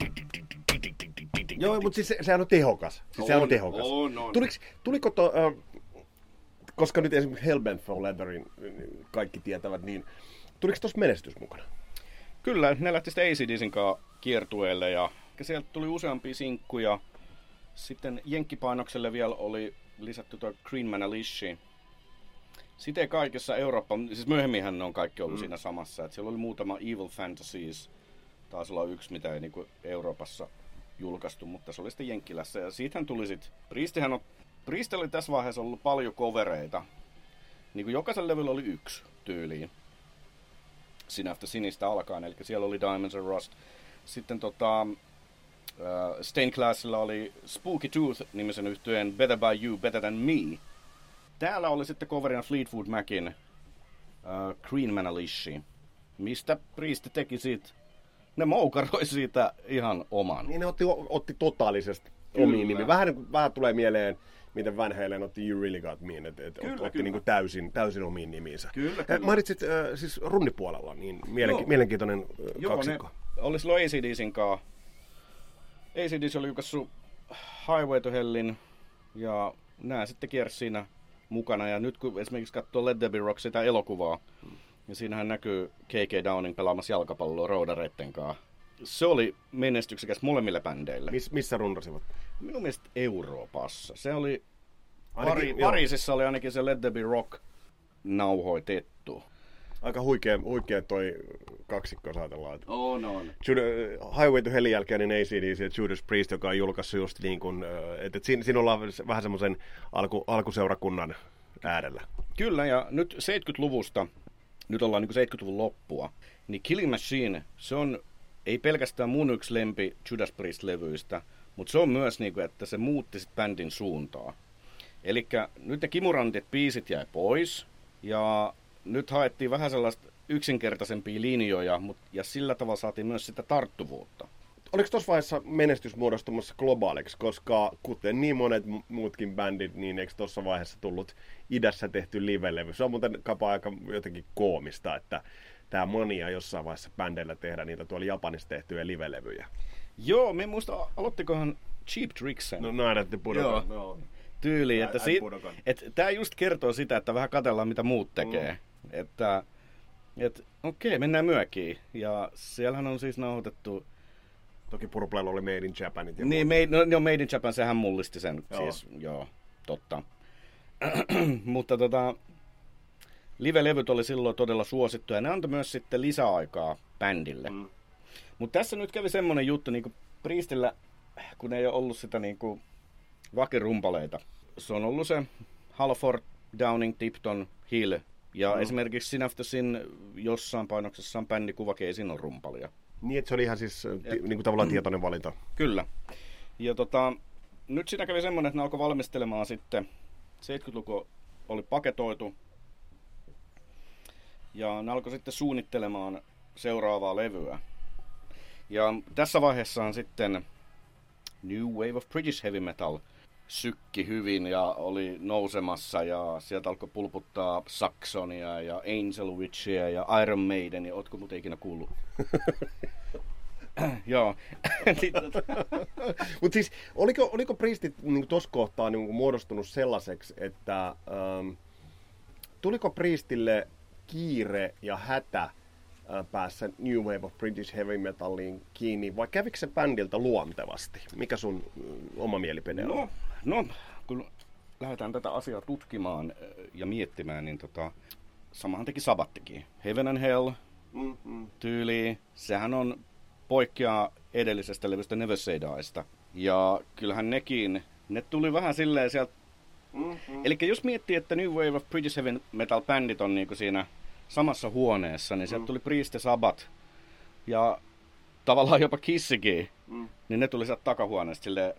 Joo, mutta siis se, sehän on tehokas. Siis on, sehän on tehokas. On, on. Tuliko, tuliko to, äh, koska nyt esimerkiksi Hellbent for Leatherin kaikki tietävät, niin tuliko tuossa menestys mukana? Kyllä, ne lähti sitten A C D:sin kanssa kiertueelle ja sieltä tuli useampia sinkkuja. Sitten jenkkipainokselle vielä oli lisätty tuo Green Man Alicia. Sitten kaikessa Eurooppa, siis myöhemminhän ne on kaikki ollut mm. siinä samassa. Et siellä oli muutama Evil Fantasies, taas olla yksi, mitä ei niinku Euroopassa julkaistu, mutta se oli sitten Jenkkilässä. Ja siitähän tuli sitten, Priestihän on, Priest oli tässä vaiheessa ollut paljon covereita. Niin kuin jokaisen levyllä oli yksi tyyliin. Sin After Sinistä alkaen, eli siellä oli Diamonds and Rust. Sitten tota, uh, Stained Glassilla oli Spooky Tooth-nimisen yhtyeen Better By You, Better Than Me. Täällä oli sitten coverina Fleetwood Macin uh, Green Man Alicia, mistä Priest teki siitä, ne moukaroi siitä ihan oman. Niin ne otti, otti totaalisesti omiin nimiin. Vähän, vähän tulee mieleen, miten Van Halen otti You Really Got Me, että et otti kyllä. Niinku täysin, täysin omiin nimiinsä. Kyllä, kyllä. Mainitsit äh, siis rundipuolella, niin mielenki- mielenkiintoinen äh, Joo, kaksikko. Ne oli silloin A C D:sin kanssa. A C D oli julkaissut Highway to Hellin, ja nämä sitten kiersi siinä mukana. Ja nyt kun esimerkiksi katsoo Let There Be Rock sitä elokuvaa, hmm. ja siinähän näkyy K K Downing pelaamassa jalkapalloa roudareitten kanssa. Se oli menestyksekäs molemmille bändeille. Mis, missä runnasivat? Minun mielestä Euroopassa. Se oli Pari, Pariisissa oli ainakin se Let There Be Rock nauhoitettu. Aika huikea, huikea toi kaksikko, jos ajatellaan. On, on. Highway to Hellin jälkeinen A C D C ja Judas Priest, joka on julkaissut just niin kuin, että et siinä, siinä ollaan vähän semmoisen alku, alkuseurakunnan äärellä. Kyllä, ja nyt seitsemänkymmentäluvusta, nyt ollaan niin seitsemänkymmentäluvun loppua, niin Killing Machine, se on ei pelkästään mun yksi lempi Judas Priest-levyistä, mutta se on myös niin kuin, että se muutti sit bändin suuntaa. Elikkä nyt ne kimurantit biisit jäi pois, ja nyt haettiin vähän sellaista yksinkertaisempia linjoja, mutta, ja sillä tavalla saatiin myös sitä tarttuvuutta. Oliko tuossa vaiheessa menestys muodostumassa globaaliksi, koska kuten niin monet muutkin bändit, niin eikö tuossa vaiheessa tullut idässä tehty live-levy? Se on muuten kapa aika jotenkin koomista, että tämä mania jossain vaiheessa bändeillä tehdä niitä tuolla Japanissa tehtyjä live-levyjä. Joo, me muista, aloittikohan Cheap Trick sen? No näidätte Budokan. No. Tyyli, että si- et, tämä just kertoo sitä, että vähän katsellaan mitä muut tekee. Mm. Että et, okei, mennään myökiin. Ja siellähän on siis nauhoitettu. Toki Purplella oli Made in Japanit. Niin, made, no, no Made in Japan, sehän mullisti sen. Joo, siis, joo totta. Mutta tota, live-levyt oli silloin todella suosittuja, ja ne antoi myös sitten lisäaikaa bändille. Mm. Mutta tässä nyt kävi semmoinen juttu, niin kuin Priestillä, kun ei ole ollut sitä niin kuin vakirumpaleita. Se on ollut se Halford, Downing, Tipton, Hill. Ja mm. esimerkiksi Sin After Sin jossain painoksessa on bändikuvakin, ei siinä ole rumpalia. Niin, että se oli ihan siis Et, niin kuin tavallaan mm. tietoinen valinta. Kyllä. Ja tota, nyt siinä kävi semmoinen, että ne alkoi valmistelemaan sitten. seitsemänkymmentäluku oli paketoitu. Ja ne alkoi sitten suunnittelemaan seuraavaa levyä. Ja tässä vaiheessa on sitten New Wave of British Heavy Metal sykki hyvin ja oli nousemassa ja sieltä alkoi pulputtaa Saxonia ja Angel Witchia ja Iron Maiden ja ootko muuten ikinä kuullut? Joo. Mutta siis oliko, oliko Priestit niin tuossa kohtaa niin muodostunut sellaiseksi, että ähm, tuliko Priestille kiire ja hätä päässä New Wave of British Heavy Metaliin kiinni, vai kävikö se bändiltä luontevasti? Mikä sun oma mielipide on? No, no, kun lähdetään tätä asiaa tutkimaan ja miettimään, niin tota, samahan teki Sabbattikin. Heaven and Hell mm-hmm. tyyli, sehän on poikkeaa edellisestä levystä Never Say Die'sta. Ja kyllähän nekin, ne tuli vähän silleen sieltä. Mm-hmm. Eli jos miettii, että New Wave of British Heavy Metal bändit on niinku siinä samassa huoneessa, niin sieltä tuli Priest ja Sabbath ja tavallaan jopa Kissikin, mm. niin ne tuli sieltä takahuoneesta silleen,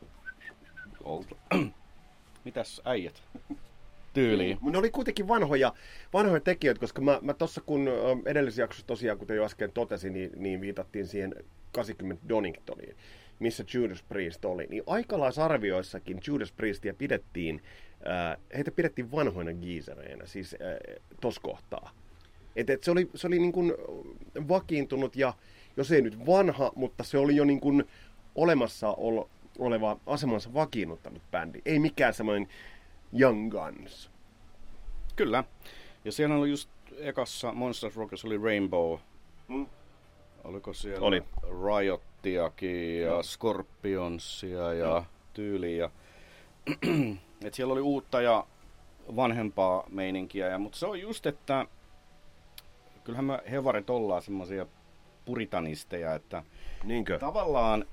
mitäs äijät tyyliin. Ne oli kuitenkin vanhoja, vanhoja tekijöitä, koska mä, mä tuossa kun edellisessä jaksossa tosiaan, kuten jo äsken totesin, niin, niin viitattiin siihen kahdeksankymmentä Doningtoniin, missä Judas Priest oli. Niin aikalaisarvioissakin Judas Priestia pidettiin, äh, heitä pidettiin vanhoina geezereina, siis äh, tossa kohtaa. Et, et se oli, se oli niin kuin vakiintunut ja, jos ei nyt vanha, mutta se oli jo niin kuin olemassa ol, oleva asemansa vakiinnuttanut bändi. Ei mikään semmoinen Young Guns. Kyllä. Ja siellä oli just ekassa Monsters Rockissa oli Rainbow. Mm. Oliko siellä oli. Riottiakin ja no. Scorpionsia ja no. tyyliä. Et siellä oli uutta ja vanhempaa meininkiä. Ja, mutta se on just, että kyllähän me hevarit ollaan semmoisia puritanisteja, että niinkö? Tavallaan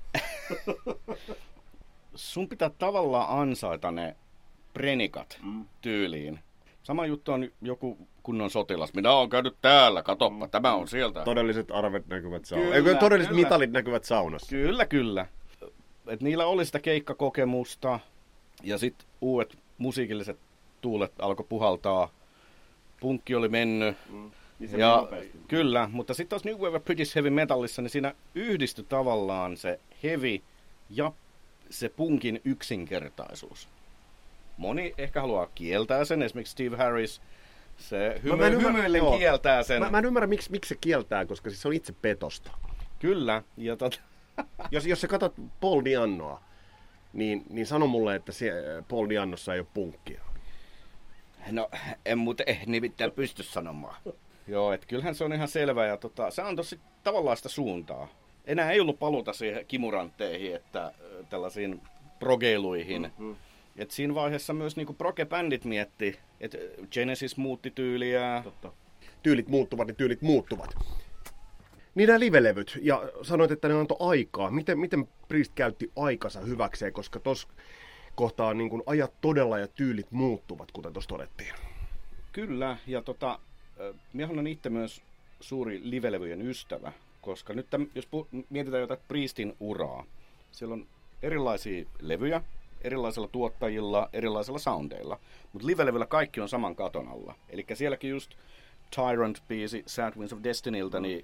sun pitää tavallaan ansaita ne prenikat mm. tyyliin. Sama juttu on joku kunnon sotilas. Minä olen käynyt täällä, katoppa, mm. tämä on sieltä. Todelliset arvet näkyvät saunassa. Eikö todelliset kyllä. Mitalit näkyvät saunassa? Kyllä, kyllä. Et niillä oli sitä keikkakokemusta ja sitten uudet musiikilliset tuulet alkoi puhaltaa. Punkki oli mennyt. Mm. Niin ja, kyllä, mutta sitten taas New Wave of British Heavy Metalissa, niin siinä yhdistyi tavallaan se heavy ja se punkin yksinkertaisuus. Moni ehkä haluaa kieltää sen, esimerkiksi Steve Harris, se hymy- ymmärrä, hymyillen joo. kieltää sen. Mä, mä en ymmärrä, miksi, miksi se kieltää, koska siis se on itse petosta. Kyllä. Ja tot... jos, jos sä katsot Paul Di'Annoa, niin, niin sano mulle, että se, Paul Di'Annossa ei ole punkkia. No, en muuten eh, nimittäin pysty sanomaan. Joo, että kyllähän se on ihan selvä ja tota, se antoi sitten tavallaan sitä suuntaa. Enää ei ollut paluuta siihen kimurantteihin, että tällaisiin progeiluihin. Mm-hmm. Et siinä vaiheessa myös niinku proge-bändit mietti, että Genesis muutti tyyliä. Totta. Tyylit muuttuvat, niin tyylit muuttuvat. Niin nämä livelevyt, ja sanoit, että ne antoi aikaa. Miten, miten Priest käytti aikansa hyväkseen, koska tuossa kohtaa niin kun ajat todella ja tyylit muuttuvat, kuten tuossa todettiin. Kyllä, ja tota, minähän olen itse myös suuri livelevyjen ystävä, koska nyt täm, jos pu- mietitään jotain Priestin uraa, siellä on erilaisia levyjä, erilaisilla tuottajilla, erilaisilla soundeilla, mutta livelevyllä kaikki on saman katon alla. Eli sielläkin just Tyrant-biisi Sad Winds of Destinyltä, niin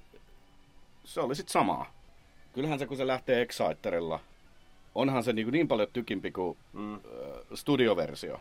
se oli sit samaa. Kyllähän se, kun se lähtee Exciterilla, onhan se niin, niin paljon tykimpi kuin mm. studioversio.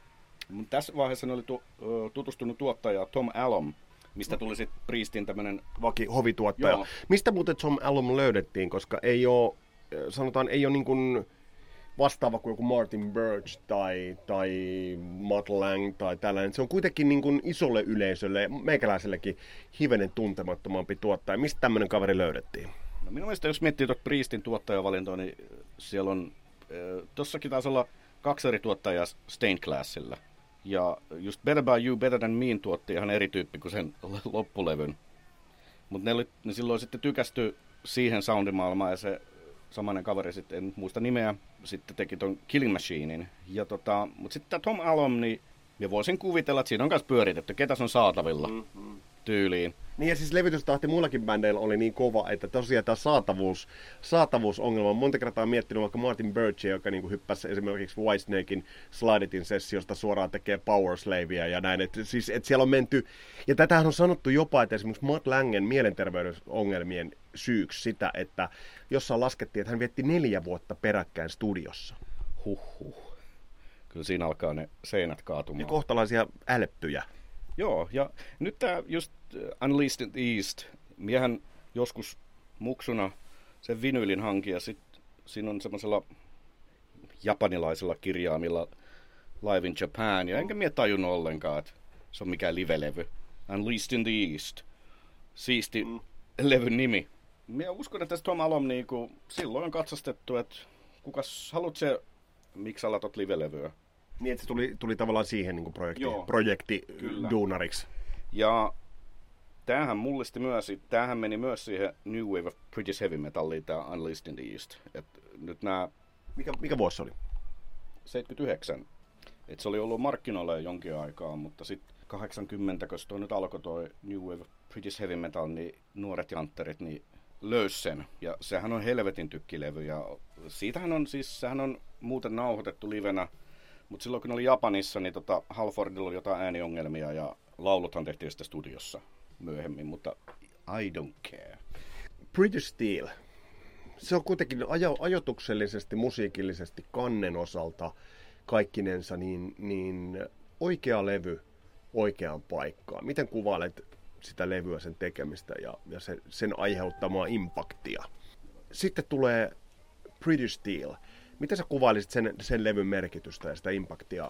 Mut tässä vaiheessa ne oli tu- tutustunut tuottaja Tom Allom, mistä tuli sitten Priestin tämmönen Vaki hovituottaja. Joo. Mistä muuten Tom Allom löydettiin, koska ei ole, sanotaan, ei ole niin kuin vastaava kuin joku Martin Birch tai, tai Mutt Lange tai tällainen. Se on kuitenkin niin kuin isolle yleisölle, meikäläisellekin hivenen tuntemattomampi tuottaja. Mistä tämmöinen kaveri löydettiin? No minun mielestä, jos miettii tuota Priestin tuottajavalintoa, niin siellä on, äh, tossakin taisi olla kaksi eri tuottajaa Stained Glassilla. Ja just Better By You, Better Than Me tuotti ihan eri tyyppi kuin sen loppulevyn. Mutta ne, ne silloin sitten tykästy siihen soundimaailmaan ja se samainen kaveri sitten, en muista nimeä, sitten teki ton Killing Machinein. Ja tota, mutta sitten tämä Tom Allom, niin minä voisin kuvitella, että siinä on myös pyöritetty, ketäs on saatavilla mm-hmm. tyyliin. Niin ja siis levitystahti muillakin bändeillä oli niin kova, että tosiaan tämä saatavuus, saatavuusongelma on monta kertaa miettinyt vaikka Martin Birchia, joka niin hyppäsi esimerkiksi Whitesnakein Slide It sessiosta suoraan tekee Power Slavea ja näin. Että siis, et siellä on menty, ja tätähän on sanottu jopa, että esimerkiksi Mutt Langen mielenterveysongelmien syyksi sitä, että jossain laskettiin, että hän vietti neljä vuotta peräkkäin studiossa. Huhhuh. Kyllä siinä alkaa ne seinät kaatumaan. Ja kohtalaisia älppyjä. Joo, ja nyt tämä just Unleashed in the East, miehän joskus muksuna sen vinyylin hanki, ja sitten siinä on semmoisella japanilaisella kirjaimilla Live in Japan, ja enkä mie tajunnut ollenkaan, että se on mikään live-levy. Unleashed in the East. Siisti mm. levyn nimi. Minä uskon, että tässä Tom Allom niinku, silloin on katsastettu, että kukas haluat se miksalla tot live-levyä. Niin, että se tuli, tuli tavallaan siihen niin projekti, projekti duunariksi. Ja tämähän mullisti myös, tämähän meni myös siihen New Wave of British Heavy Metalliin, tämä Unleashed in the East. Et nyt nämä mikä, mikä vuosi se oli? seitsemänkymmentäyhdeksän. Et se oli ollut markkinoilla jo jonkin aikaa, mutta sitten kahdeksankymmentä, kun toi nyt alkoi toi New Wave of British Heavy Metal, niin nuoret jantterit niin löys sen. Ja sehän on helvetin tykkilevy. Ja siitähän on siis, sehän on muuten nauhoitettu livenä. Mutta silloin kun oli Japanissa, niin tota, Halfordilla oli jotain ääniongelmia ja lauluthan tehtiin sitä studiossa myöhemmin, mutta I don't care. British Steel. Se on kuitenkin ajo- ajotuksellisesti, musiikillisesti, kannen osalta kaikkinensa niin, niin oikea levy oikeaan paikkaan. Miten kuvailet sitä levyä, sen tekemistä ja, ja sen, sen aiheuttamaa impaktia? Sitten tulee British Steel. Miten sä kuvailisit sen, sen levyn merkitystä ja sitä impaktia,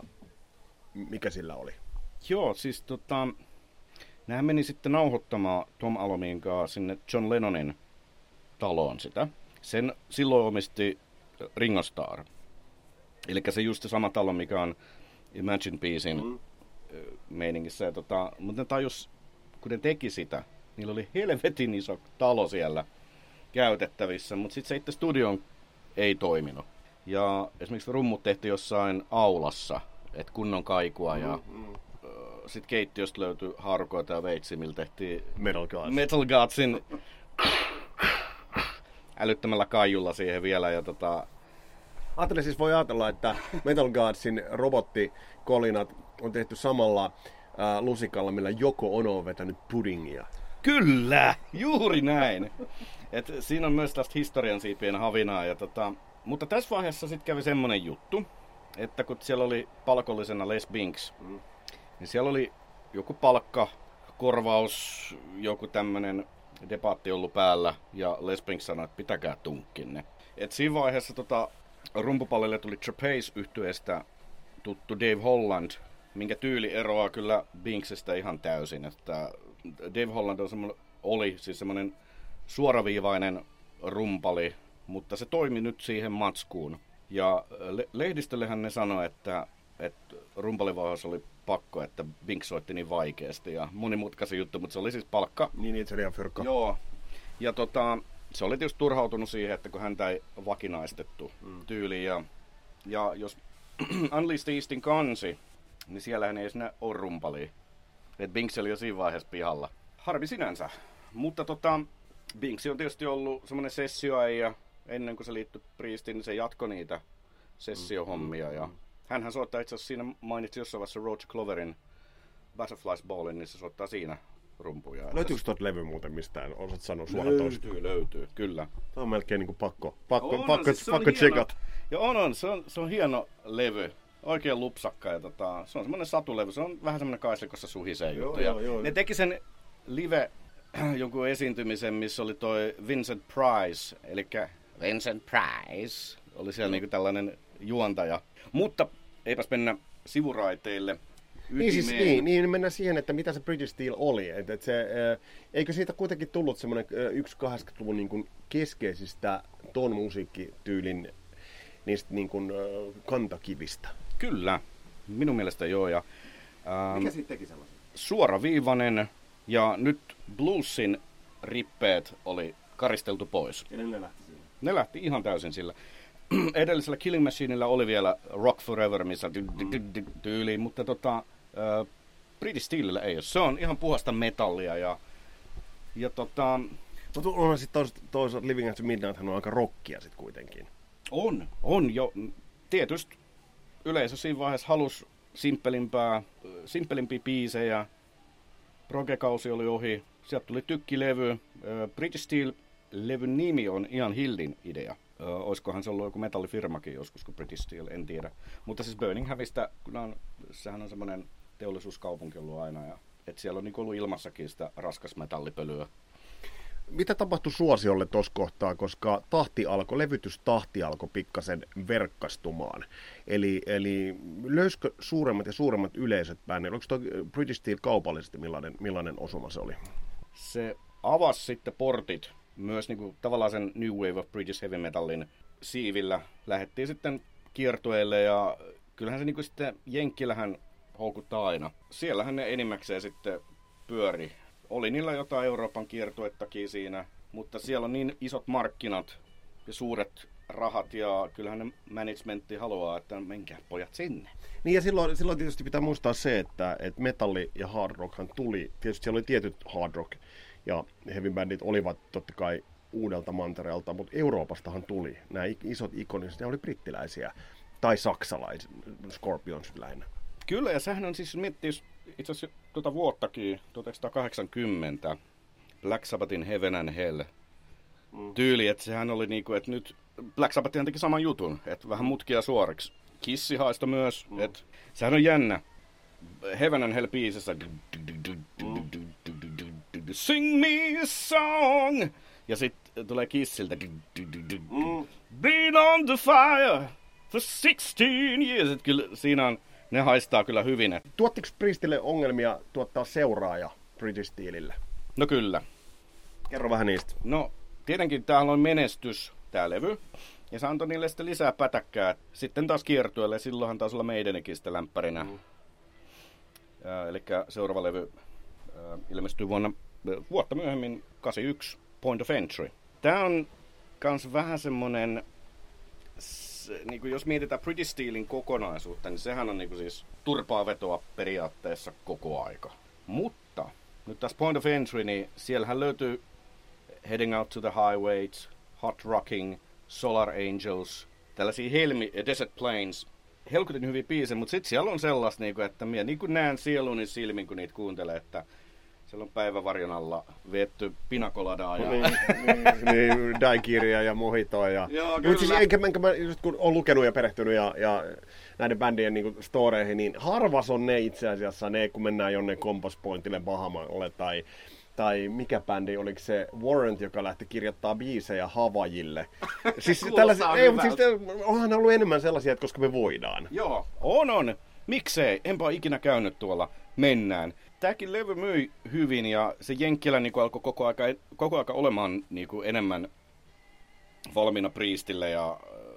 mikä sillä oli? Joo, siis tota, nehän meni sitten nauhoittamaan Tom Allomin kanssa sinne John Lennonin taloon sitä. Sen silloin omisti Ringo Starr. Eli se just se sama talo, mikä on Imagine-biisin mm. meiningissä. Ja tota, mutta ne tajus, kun ne teki sitä, niillä oli helvetin iso talo siellä käytettävissä, mutta sitten se itse studion ei toiminut. Ja esimerkiksi rummut tehtiin jossain aulassa, että kunnon kaikua, ja mm-hmm. sitten keittiöstä löytyi haarukoita ja veitsi, millä tehtiin Metal Gods. Metal Godsin älyttömällä kaijulla siihen vielä. Ja tota... Ajattelin siis voi ajatella, että Metal Godsin robottikolinat on tehty samalla äh, lusikalla, millä Yoko Ono on vetänyt puddingia. Kyllä, juuri näin. Et siinä on myös tästä historian siipien havinaa. Ja tota... Mutta tässä vaiheessa sitten kävi semmoinen juttu, että kun siellä oli palkollisena Les Binks, mm. niin siellä oli joku palkka, korvaus, joku tämmöinen debatti ollut päällä, ja Les Binks sanoi, että pitäkää tunkkinne. Et siinä vaiheessa tota, rumpupallille tuli Trapeze-yhtyeestä tuttu Dave Holland, minkä tyyli eroaa kyllä Binksestä ihan täysin. Että Dave Holland on semmoinen, oli siis semmoinen suoraviivainen rumpali, mutta se toimi nyt siihen matskuun Ja le- lehdistöllehän ne sanoi, että, että rumpalivauhas oli pakko, että Bink soitti niin vaikeasti ja monimutkaisen juttu, mutta se oli siis palkka. Niin, niin se oli ihan fyrkka. Joo. Ja tota, se oli tietysti turhautunut siihen, että kun häntä ei vakinaistettu mm. tyyliin. Ja, ja jos Unleash the Eastin kansi, niin siellähän ei edes nää ole rumpalia. Et Binks oli jo siinä vaiheessa pihalla. Harvi sinänsä. Mutta tota, Binks on tietysti ollut semmoinen sessioäijä. Ennen kuin se liittyi Priestiin, niin se jatkoi niitä sessiohommia. Ja hänhän soittaa itse asiassa siinä, mainitsi jossain vaiheessa Roger Cloverin Butterflies Ballin, niin se soittaa siinä rumpuja. Löytyykö tuot levy muuten mistään? Osaat sanoa suoraan toista? Löytyy, löytyy, kyllä. Tämä on melkein niin kuin pakko, pakko, on, pakko, siis pakko tsekata. Ja on, on. Se on, se on hieno levy. Oikein lupsakka. Ja tota, se on semmoinen satulevy. Se on vähän semmoinen kaislikossa suhisee juttu. Joo, joo, joo. Ne teki sen live jonkun esiintymisen, missä oli toi Vincent Price. Eli Vincent Price oli siellä niinku tällainen juontaja. Mutta eipäs mennä sivuraiteille. Niin, siis, niin, niin mennään siihen, että mitä se British Steel oli. Et, et se, äh, eikö siitä kuitenkin tullut semmoinen äh, yksi kahdeksankymmentäluvun niin kuin keskeisistä ton musiikkityylin niistä niin kuin, äh, kantakivistä? Kyllä, minun mielestä joo. Ja, ähm, mikä siitä teki sellaisen? Suoraviivainen ja nyt bluesin rippeet oli karisteltu pois. Ja ne lähti siinä? Ne lähti ihan täysin sillä. Edellisellä Killing Machineilla oli vielä Rock Forever, missä tyyliin, mutta tota, uh, British Steelillä ei ole. Se on ihan puhasta metallia ja, ja tota... Mutta on sitten toisaalta, toisaalta Living After Midnight on aika rockia sitten kuitenkin. On, on jo. Tietysti yleisö siinä vaiheessa halusi simppelimpää, simppelimpiä biisejä. Progekausi oli ohi. Sieltä tuli tykkilevy. Uh, British Steel-levyn nimi on Ian Hildin idea. Ö, olisikohan se ollut joku metallifirmakin joskus kuin British Steel, en tiedä. Mutta siis Birminghamista, kun on, sehän on semmoinen teollisuuskaupunki ollut aina, ja, että siellä on niin ollut ilmassakin sitä raskasmetallipölyä. Mitä tapahtui suosiolle tuossa kohtaa, koska tahti alkoi, levytystahti alkoi pikkasen verkkastumaan. Eli, eli löysikö suuremmat ja suuremmat yleisöt bändille? Oliko tuo British Steel kaupallisesti millainen, millainen osuma se oli? Se avasi sitten portit. Myös niin kuin, tavallaan sen New Wave of British Heavy Metalin siivillä lähdettiin sitten kiertueelle ja kyllähän se niin kuin sitten Jenkkilähän houkuttaa aina. Siellähän ne enimmäkseen sitten pyöri. Oli niillä jotain Euroopan kiertuettakin siinä, mutta siellä on niin isot markkinat ja suuret rahat ja kyllähän ne managementti haluaa, että menkää pojat sinne. Niin ja silloin, silloin tietysti pitää muistaa se, että, että metalli ja hard rockhan tuli, tietysti siellä oli tietyt hard rock ja heavy bandit olivat totta kai uudelta mantereelta, mutta Euroopastahan tuli nämä isot ikoniset, ne oli brittiläisiä tai saksalaisia, Scorpions lähinnä. Kyllä, ja sehän on siis, miettii itse asiassa tuota vuottakin, tuhatyhdeksänsataakahdeksankymmentä, Black Sabbathin Heaven and Hell mm. tyyli, että sehän oli niinku, että nyt Black Sabbathihan teki saman jutun, että vähän mutkia suoriksi. Kissi haistoi myös, mm. että sehän on jännä. Heaven and Hell biisissä mm. Sing me a song! Ja sitten tulee Kissiltä mm. Been on the fire for sixteen years. Et kyllä siinä on, ne haistaa kyllä hyvin. Et. Tuottiko Priestille ongelmia tuottaa seuraaja British Steelille? No kyllä. Kerro vähän niistä. No tietenkin täällä on menestys, tää levy. Ja se antoi niille sitten lisää pätäkkää. Sitten taas kiertueelle, silloinhan taas olla meidänkin sitten lämpärinä. Mm. Eli seuraava levy äh, ilmestyi vuonna, vuotta myöhemmin, kahdeksankymmentäyksi, Point of Entry. Tää on kans vähän semmonen, se, niin kuin jos mietitään British Steelin kokonaisuutta, niin sehän on niin kuin siis turpaa vetoa periaatteessa koko aika. Mutta nyt tässä Point of Entry, niin siellähän löytyy Heading Out to the Highways, Hot Rocking, Solar Angels, tällaisia helmi, Desert Plains, helkutin hyviä biisejä, mutta sitten siellä on sellaista, että minä niin näen sieluni silmin, kun niitä kuuntelee, että siellä on päivävarjon alla vietty pinakoladaa. Ja... niin, niin, niin Daiquiria ja Mojitoa. Ja... Mutta siis enkä, enkä mä, just kun olen lukenut ja perehtynyt ja, ja näiden bändien niin storeihin, niin harvas on ne itse asiassa ne, kun mennään jonne Compass Pointille Bahamalle tai tai mikä bändi, oliko se Warrant, joka lähti kirjoittaa biisejä Havajille. Siis ei, mutta siis onhan ne ollut enemmän sellaisia, että koska me voidaan. Joo, on on. Miksei? Enpä ole ikinä käynyt tuolla. Mennään. Tämäkin levy myi hyvin ja se Jenkkilä niin alkoi koko aika, koko aika olemaan niin kuin enemmän valmiina Priestille ja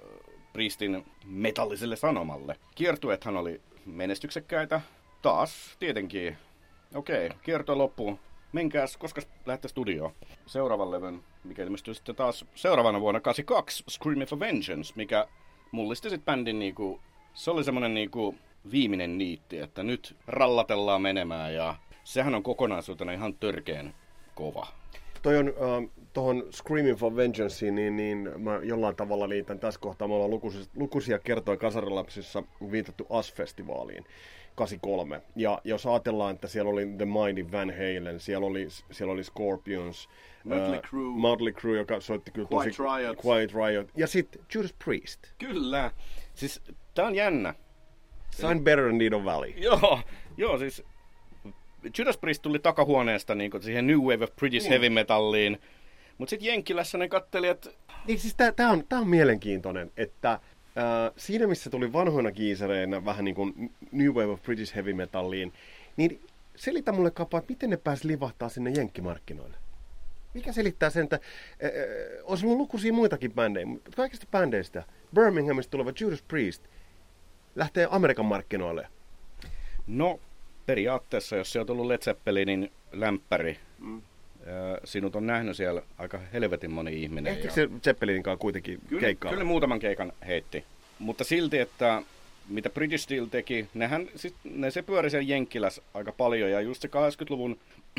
Priestin metalliselle sanomalle. Kiertueethan oli menestyksekkäitä. Taas tietenkin. Okei, okay, kiertue loppuu. Menkääs, koska lähdette studioon. Seuraavan levyn, mikä ilmestyy sitten taas seuraavana vuonna kahdeksankymmentäkaksi, Screaming for Vengeance, mikä mullisti sitten bändin niinku, se oli semmonen niinku viimeinen niitti, että nyt rallatellaan menemään ja sehän on kokonaisuutena ihan törkeen kova. Toi on äh, tuohon Screaming for Vengeanceen, niin, niin mä jollain tavalla liitän tässä kohtaa. Me ollaan lukuisia, lukuisia kertoja Kasarilapsissa viitattu A S-festivaaliin kahdeksankymmentäkolme. Ja jos ajatellaan, että siellä oli The Mighty Van Halen, siellä oli, siellä oli Scorpions, Mötley äh, Crüe, Mötley Crüe, joka soitti kyllä tosi... Quiet Riot. Quiet Riot. Ja sitten Judas Priest. Kyllä. Siis tää on jännä. Sign Better than Needle Valley. Joo, joo siis Judas Priest tuli takahuoneesta niin siihen New Wave of British mm. Heavy Metalliin. Mutta sitten Jenkkilässä ne katteli, että... Niin siis tää, tää, on, tää on mielenkiintoinen, että äh, siinä missä tuli vanhoina kiisereinä vähän niin kuin New Wave of British Heavy Metalliin, niin selitä mulle kapaa, että miten ne pääsi livahtaa sinne jenkkimarkkinoille. Mikä selittää sen, että äh, olisi ollut lukuisia muitakin bändejä, mutta kaikista bändeistä Birminghamista tuleva Judas Priest lähtee Amerikan markkinoille. No, periaatteessa, jos se on tullut Led Zeppelinin lämpäri, mm. sinut on nähnyt siellä aika helvetin moni ihminen. Ehtikö se Zeppelinin kanssa kuitenkin kyllä, keikkaa? Kyllä muutaman keikan heitti. Mutta silti, että mitä British Steel teki, nehän, sit, ne se pyöri siellä Jenkkilässä aika paljon. Ja just se kahdeksankymmentäluvun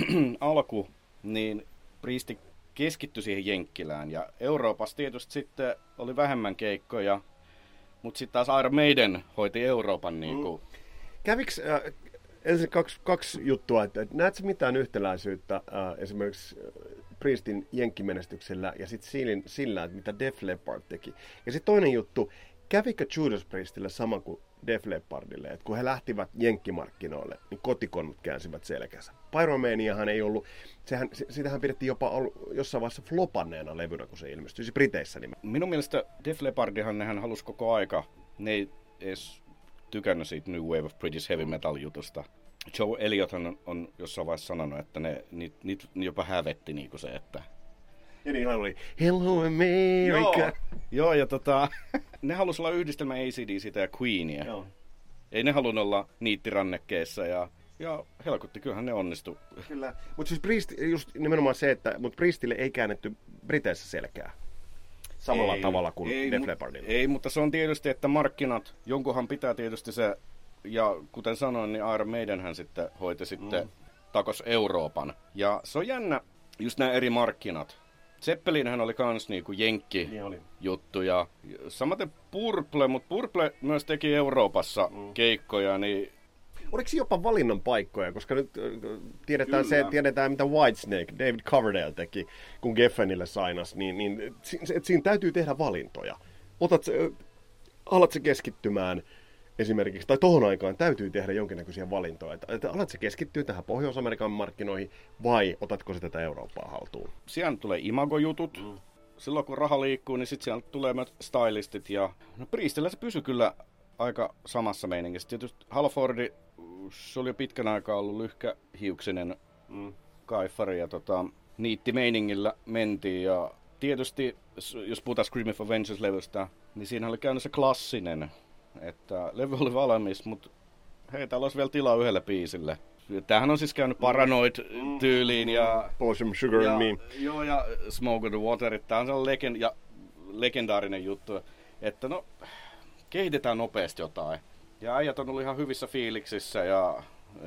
alku, niin Priesti keskittyi siihen Jenkkilään. Ja Euroopassa tietysti sitten oli vähemmän keikkoja, mutta sitten taas Iron Maiden hoiti Euroopan. Niin kuin... Mm. Käviks... Äh, Ensin kaksi, kaksi juttua, että, että näetkö mitään yhtäläisyyttä äh, esimerkiksi Priestin jenkkimenestyksellä ja sitten sillä, sillä, että mitä Def Leppard teki. Ja sitten toinen juttu, kävikö Judas Priestille sama kuin Def Leppardille, että kun he lähtivät jenkkimarkkinoille, niin kotikonnut käänsivät selkänsä. Pyromaniahan ei ollut, sehän, sitähän pidettiin jopa ollut jossain vaiheessa flopanneena levynä, kun se ilmestyi Briteissä. Niin... Minun mielestä Def Leppardihan nehän halusi koko aika, ne ei edes tykännyt siitä New Wave of British Heavy Metal jutusta. Joe Elliotthan on, on jossain vaiheessa sanonut, että ne niitä niit jopa hävetti niinku se, että... Ja niin oli Hello America! Joo, joo ja tota, ne halusi olla yhdistelmä A C D sitä ja Queenia. Joo. Ei ne halunnut olla niittirannekkeessa ja, ja helkutti, kyllähän ne onnistu. Kyllä, mutta siis Priest, just nimenomaan se, että mut Priestille ei käännetty Briteissä selkää. Samalla ei, tavalla kuin ei, Def Leppardilla. Ei, mutta se on tietysti, että markkinat, jonkunhan pitää tietysti se, ja kuten sanoin, niin Iron Maidenhän sitten hoiti sitten mm. takos Euroopan. Ja se on jännä, just nämä eri markkinat. Zeppelinhän oli kans niinku jenkki niin juttu, ja samaten Purple, mutta Purple myös teki Euroopassa mm. keikkoja, niin... Oliko jopa valinnan paikkoja, koska nyt tiedetään, se, tiedetään mitä Whitesnake, David Coverdale teki, kun Geffenille sainas, niin, niin et siinä täytyy tehdä valintoja. Otat, alat se keskittymään esimerkiksi, tai tohon aikaan täytyy tehdä jonkinnäköisiä valintoja. Että, että alat se keskittyä tähän Pohjois-Amerikan markkinoihin, vai otatko se tätä Eurooppaa haltuun? Siellä tulee imagojutut. Mm. Silloin kun raha liikkuu, niin sitten siellä tulee myös stylistit. Ja... No Priestillä se pysyi kyllä aika samassa meiningissä. Tietysti Halfordi, se oli jo pitkän aikaa ollut lyhkähiuksinen mm. kaifari ja tota, niittimeiningillä mentiin. Ja tietysti, jos puhutaan Screaming for Vengeance-levystä, niin siinä oli käynyt se klassinen, että levy oli valmis, mutta hei, täällä olisi vielä tilaa yhdelle biisille. Tämähän on siis käynyt Paranoid-tyyliin ja... Possum Sugar ja, and Me. Joo, ja Smoke on the Water. Tämä on sellainen legend, ja legendaarinen juttu, että no, kehitetään nopeasti jotain. Ja äijät on ollut ihan hyvissä fiiliksissä ja...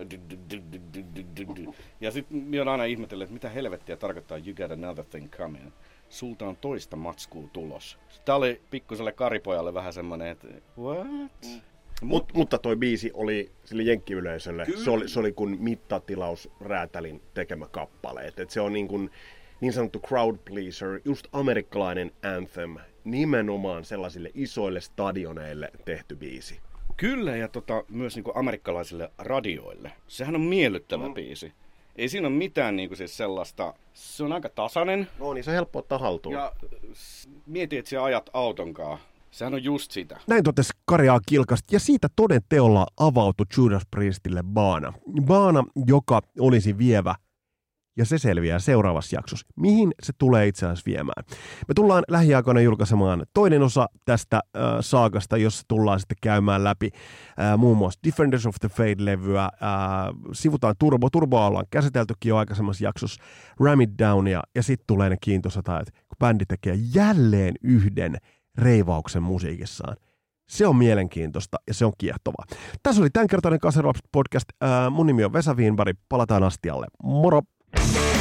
Ja sitten minä olen aina ihmetellyt, että mitä helvettiä tarkoittaa You got another thing coming. Sulta on toista matskua tulos. Tämä oli pikkuselle karipojalle vähän semmoinen, että what? Mm. Mut, mutta toi biisi oli sille jenkkiyleisölle, se oli, se oli kuin mittatilaus räätälin tekemä kappale. Et, et se on niin, kuin, niin sanottu crowd pleaser, just amerikkalainen anthem, nimenomaan sellaisille isoille stadioneille tehty biisi. Kyllä, ja tota, myös niinku amerikkalaisille radioille. Sehän on miellyttävä mm. biisi. Ei siinä ole mitään niinku siis sellaista, se on aika tasainen. No niin, se on helppo ottaa haltuun. Ja mieti, että sä ajat autonkaan. Sehän on just sitä. Näin totesi Kari A. Kilkast, ja siitä toden teolla avautui Judas Priestille baana. Baana, joka olisi vievä ja se selviää seuraavassa jaksossa, mihin se tulee itse asiassa viemään. Me tullaan lähiaikoina julkaisemaan toinen osa tästä äh, saagasta, jossa tullaan sitten käymään läpi äh, muun muassa Defenders of the Fate-levyä, äh, sivutaan Turbo, Turboa ollaan käsiteltykin jo aikaisemmassa jaksossa, Ram It Downia, ja sitten tulee ne kiintoisat ajat, kun bändi tekee jälleen yhden reivauksen musiikissaan. Se on mielenkiintoista ja se on kiehtovaa. Tässä oli tämänkertainen Kaserolapset podcast. Äh, mun nimi on Vesa Wienberg. Palataan astialle. Moro!